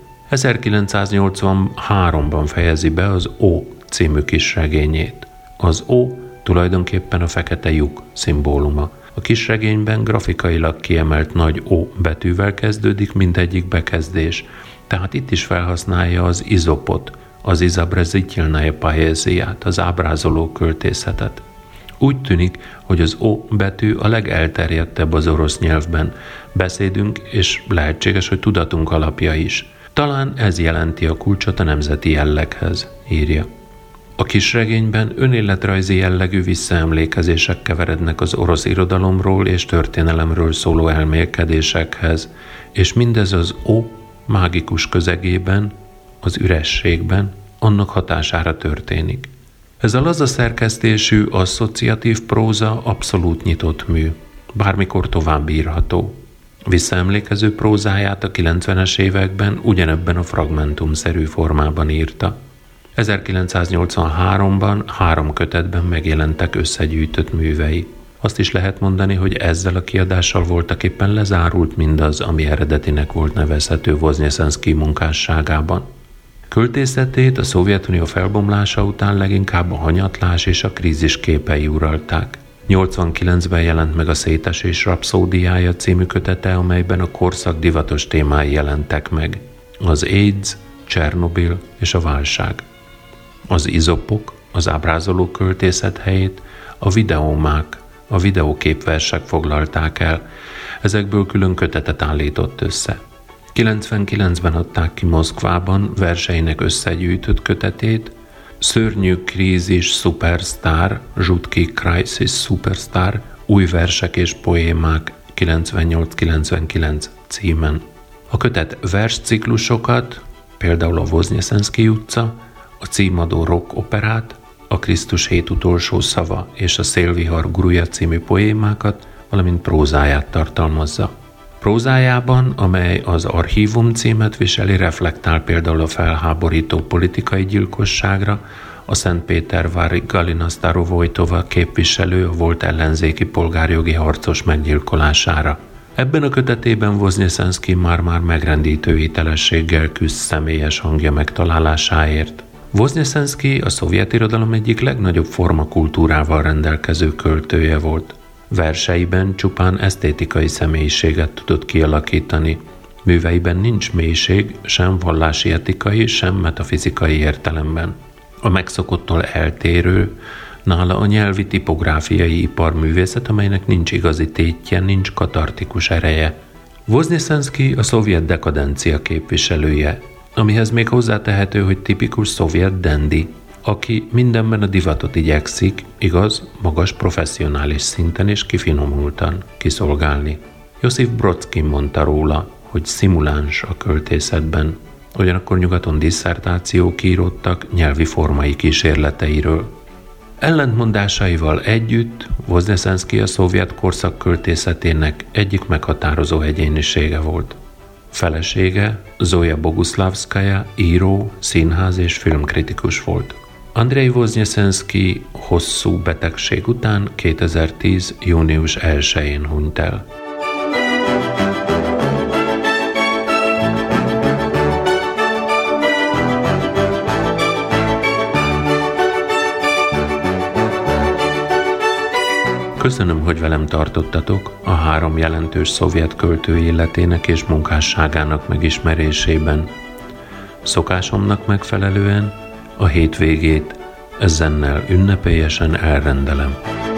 1983-ban fejezi be az O című kisregényét. Az O tulajdonképpen a fekete lyuk szimbóluma. A kisregényben grafikailag kiemelt nagy O betűvel kezdődik mindegyik bekezdés, tehát itt is felhasználja az izopot, az izobrazitelnaja poéziát, az ábrázoló költészetet. Úgy tűnik, hogy az O betű a legelterjedtebb az orosz nyelvben, beszédünk és lehetséges, hogy tudatunk alapja is. Talán ez jelenti a kulcsot a nemzeti jelleghez, írja. A kisregényben önéletrajzi jellegű visszaemlékezések keverednek az orosz irodalomról és történelemről szóló elmélkedésekhez, és mindez az O mágikus közegében, az ürességben, annak hatására történik. Ez a laza szerkesztésű, asszociatív próza abszolút nyitott mű, bármikor tovább írható. Visszaemlékező prózáját a 90-es években ugyanebben a fragmentumszerű formában írta. 1983-ban 3 kötetben megjelentek összegyűjtött művei. Azt is lehet mondani, hogy ezzel a kiadással voltaképpen lezárult mindaz, ami eredetinek volt nevezhető Wozniacki munkásságában. Költészetét a Szovjetunió felbomlása után leginkább a hanyatlás és a krízis képei uralták. 89-ben jelent meg a Szétesés rapszódiája című kötete, amelyben a korszak divatos témái jelentek meg. Az AIDS, Csernobil és a válság. Az izopok, az ábrázoló költészet helyét a videómák, a videóképversek foglalták el, ezekből külön kötetet állított össze. 99-ben adták ki Moszkvában verseinek összegyűjtött kötetét, Szörnyű krízis Superstar, Zsutki Crisis Superstar, új versek és poémák 98-99 címen. A kötet versciklusokat, például a Wozniacki utca, a címadó rock operát, a Krisztus 7 utolsó szava és a Szélvihar gurúja című poémákat, valamint prózáját tartalmazza. Prózájában, amely az Archívum címet viseli, reflektál például a felháborító politikai gyilkosságra, a Szentpétervári Galina Starovojtova képviselő, a volt ellenzéki polgárjogi harcos meggyilkolására. Ebben a kötetében Wozniacki már megrendítő hitelességgel küzd személyes hangja megtalálásáért. Wozniacki a szovjet irodalom egyik legnagyobb formakultúrával rendelkező költője volt. Verseiben csupán esztétikai személyiséget tudott kialakítani. Műveiben nincs mélység, sem vallási etikai, sem metafizikai értelemben. A megszokottól eltérő, nála a nyelvi tipográfiai iparművészet, amelynek nincs igazi tétje, nincs katartikus ereje. Wozniacki a szovjet dekadencia képviselője, amihez még hozzátehető, hogy tipikus szovjet dandy, aki mindenben a divatot igyekszik, igaz, magas professzionális szinten és kifinomultan kiszolgálni. Josif Brodsky mondta róla, hogy szimuláns a költészetben, ugyanakkor nyugaton disszertációk íródtak nyelvi formai kísérleteiről. Ellentmondásaival együtt Wozniacki a szovjet korszak költészetének egyik meghatározó egyénisége volt. Felesége, Zoja Boguszlavszkaja, író, színház és filmkritikus volt. Andrei Wozniacki hosszú betegség után 2010. június 1-én hunyt el. Köszönöm, hogy velem tartottatok a 3 jelentős szovjet költő életének és munkásságának megismerésében. Szokásomnak megfelelően a hétvégét ezennel ünnepélyesen elrendelem.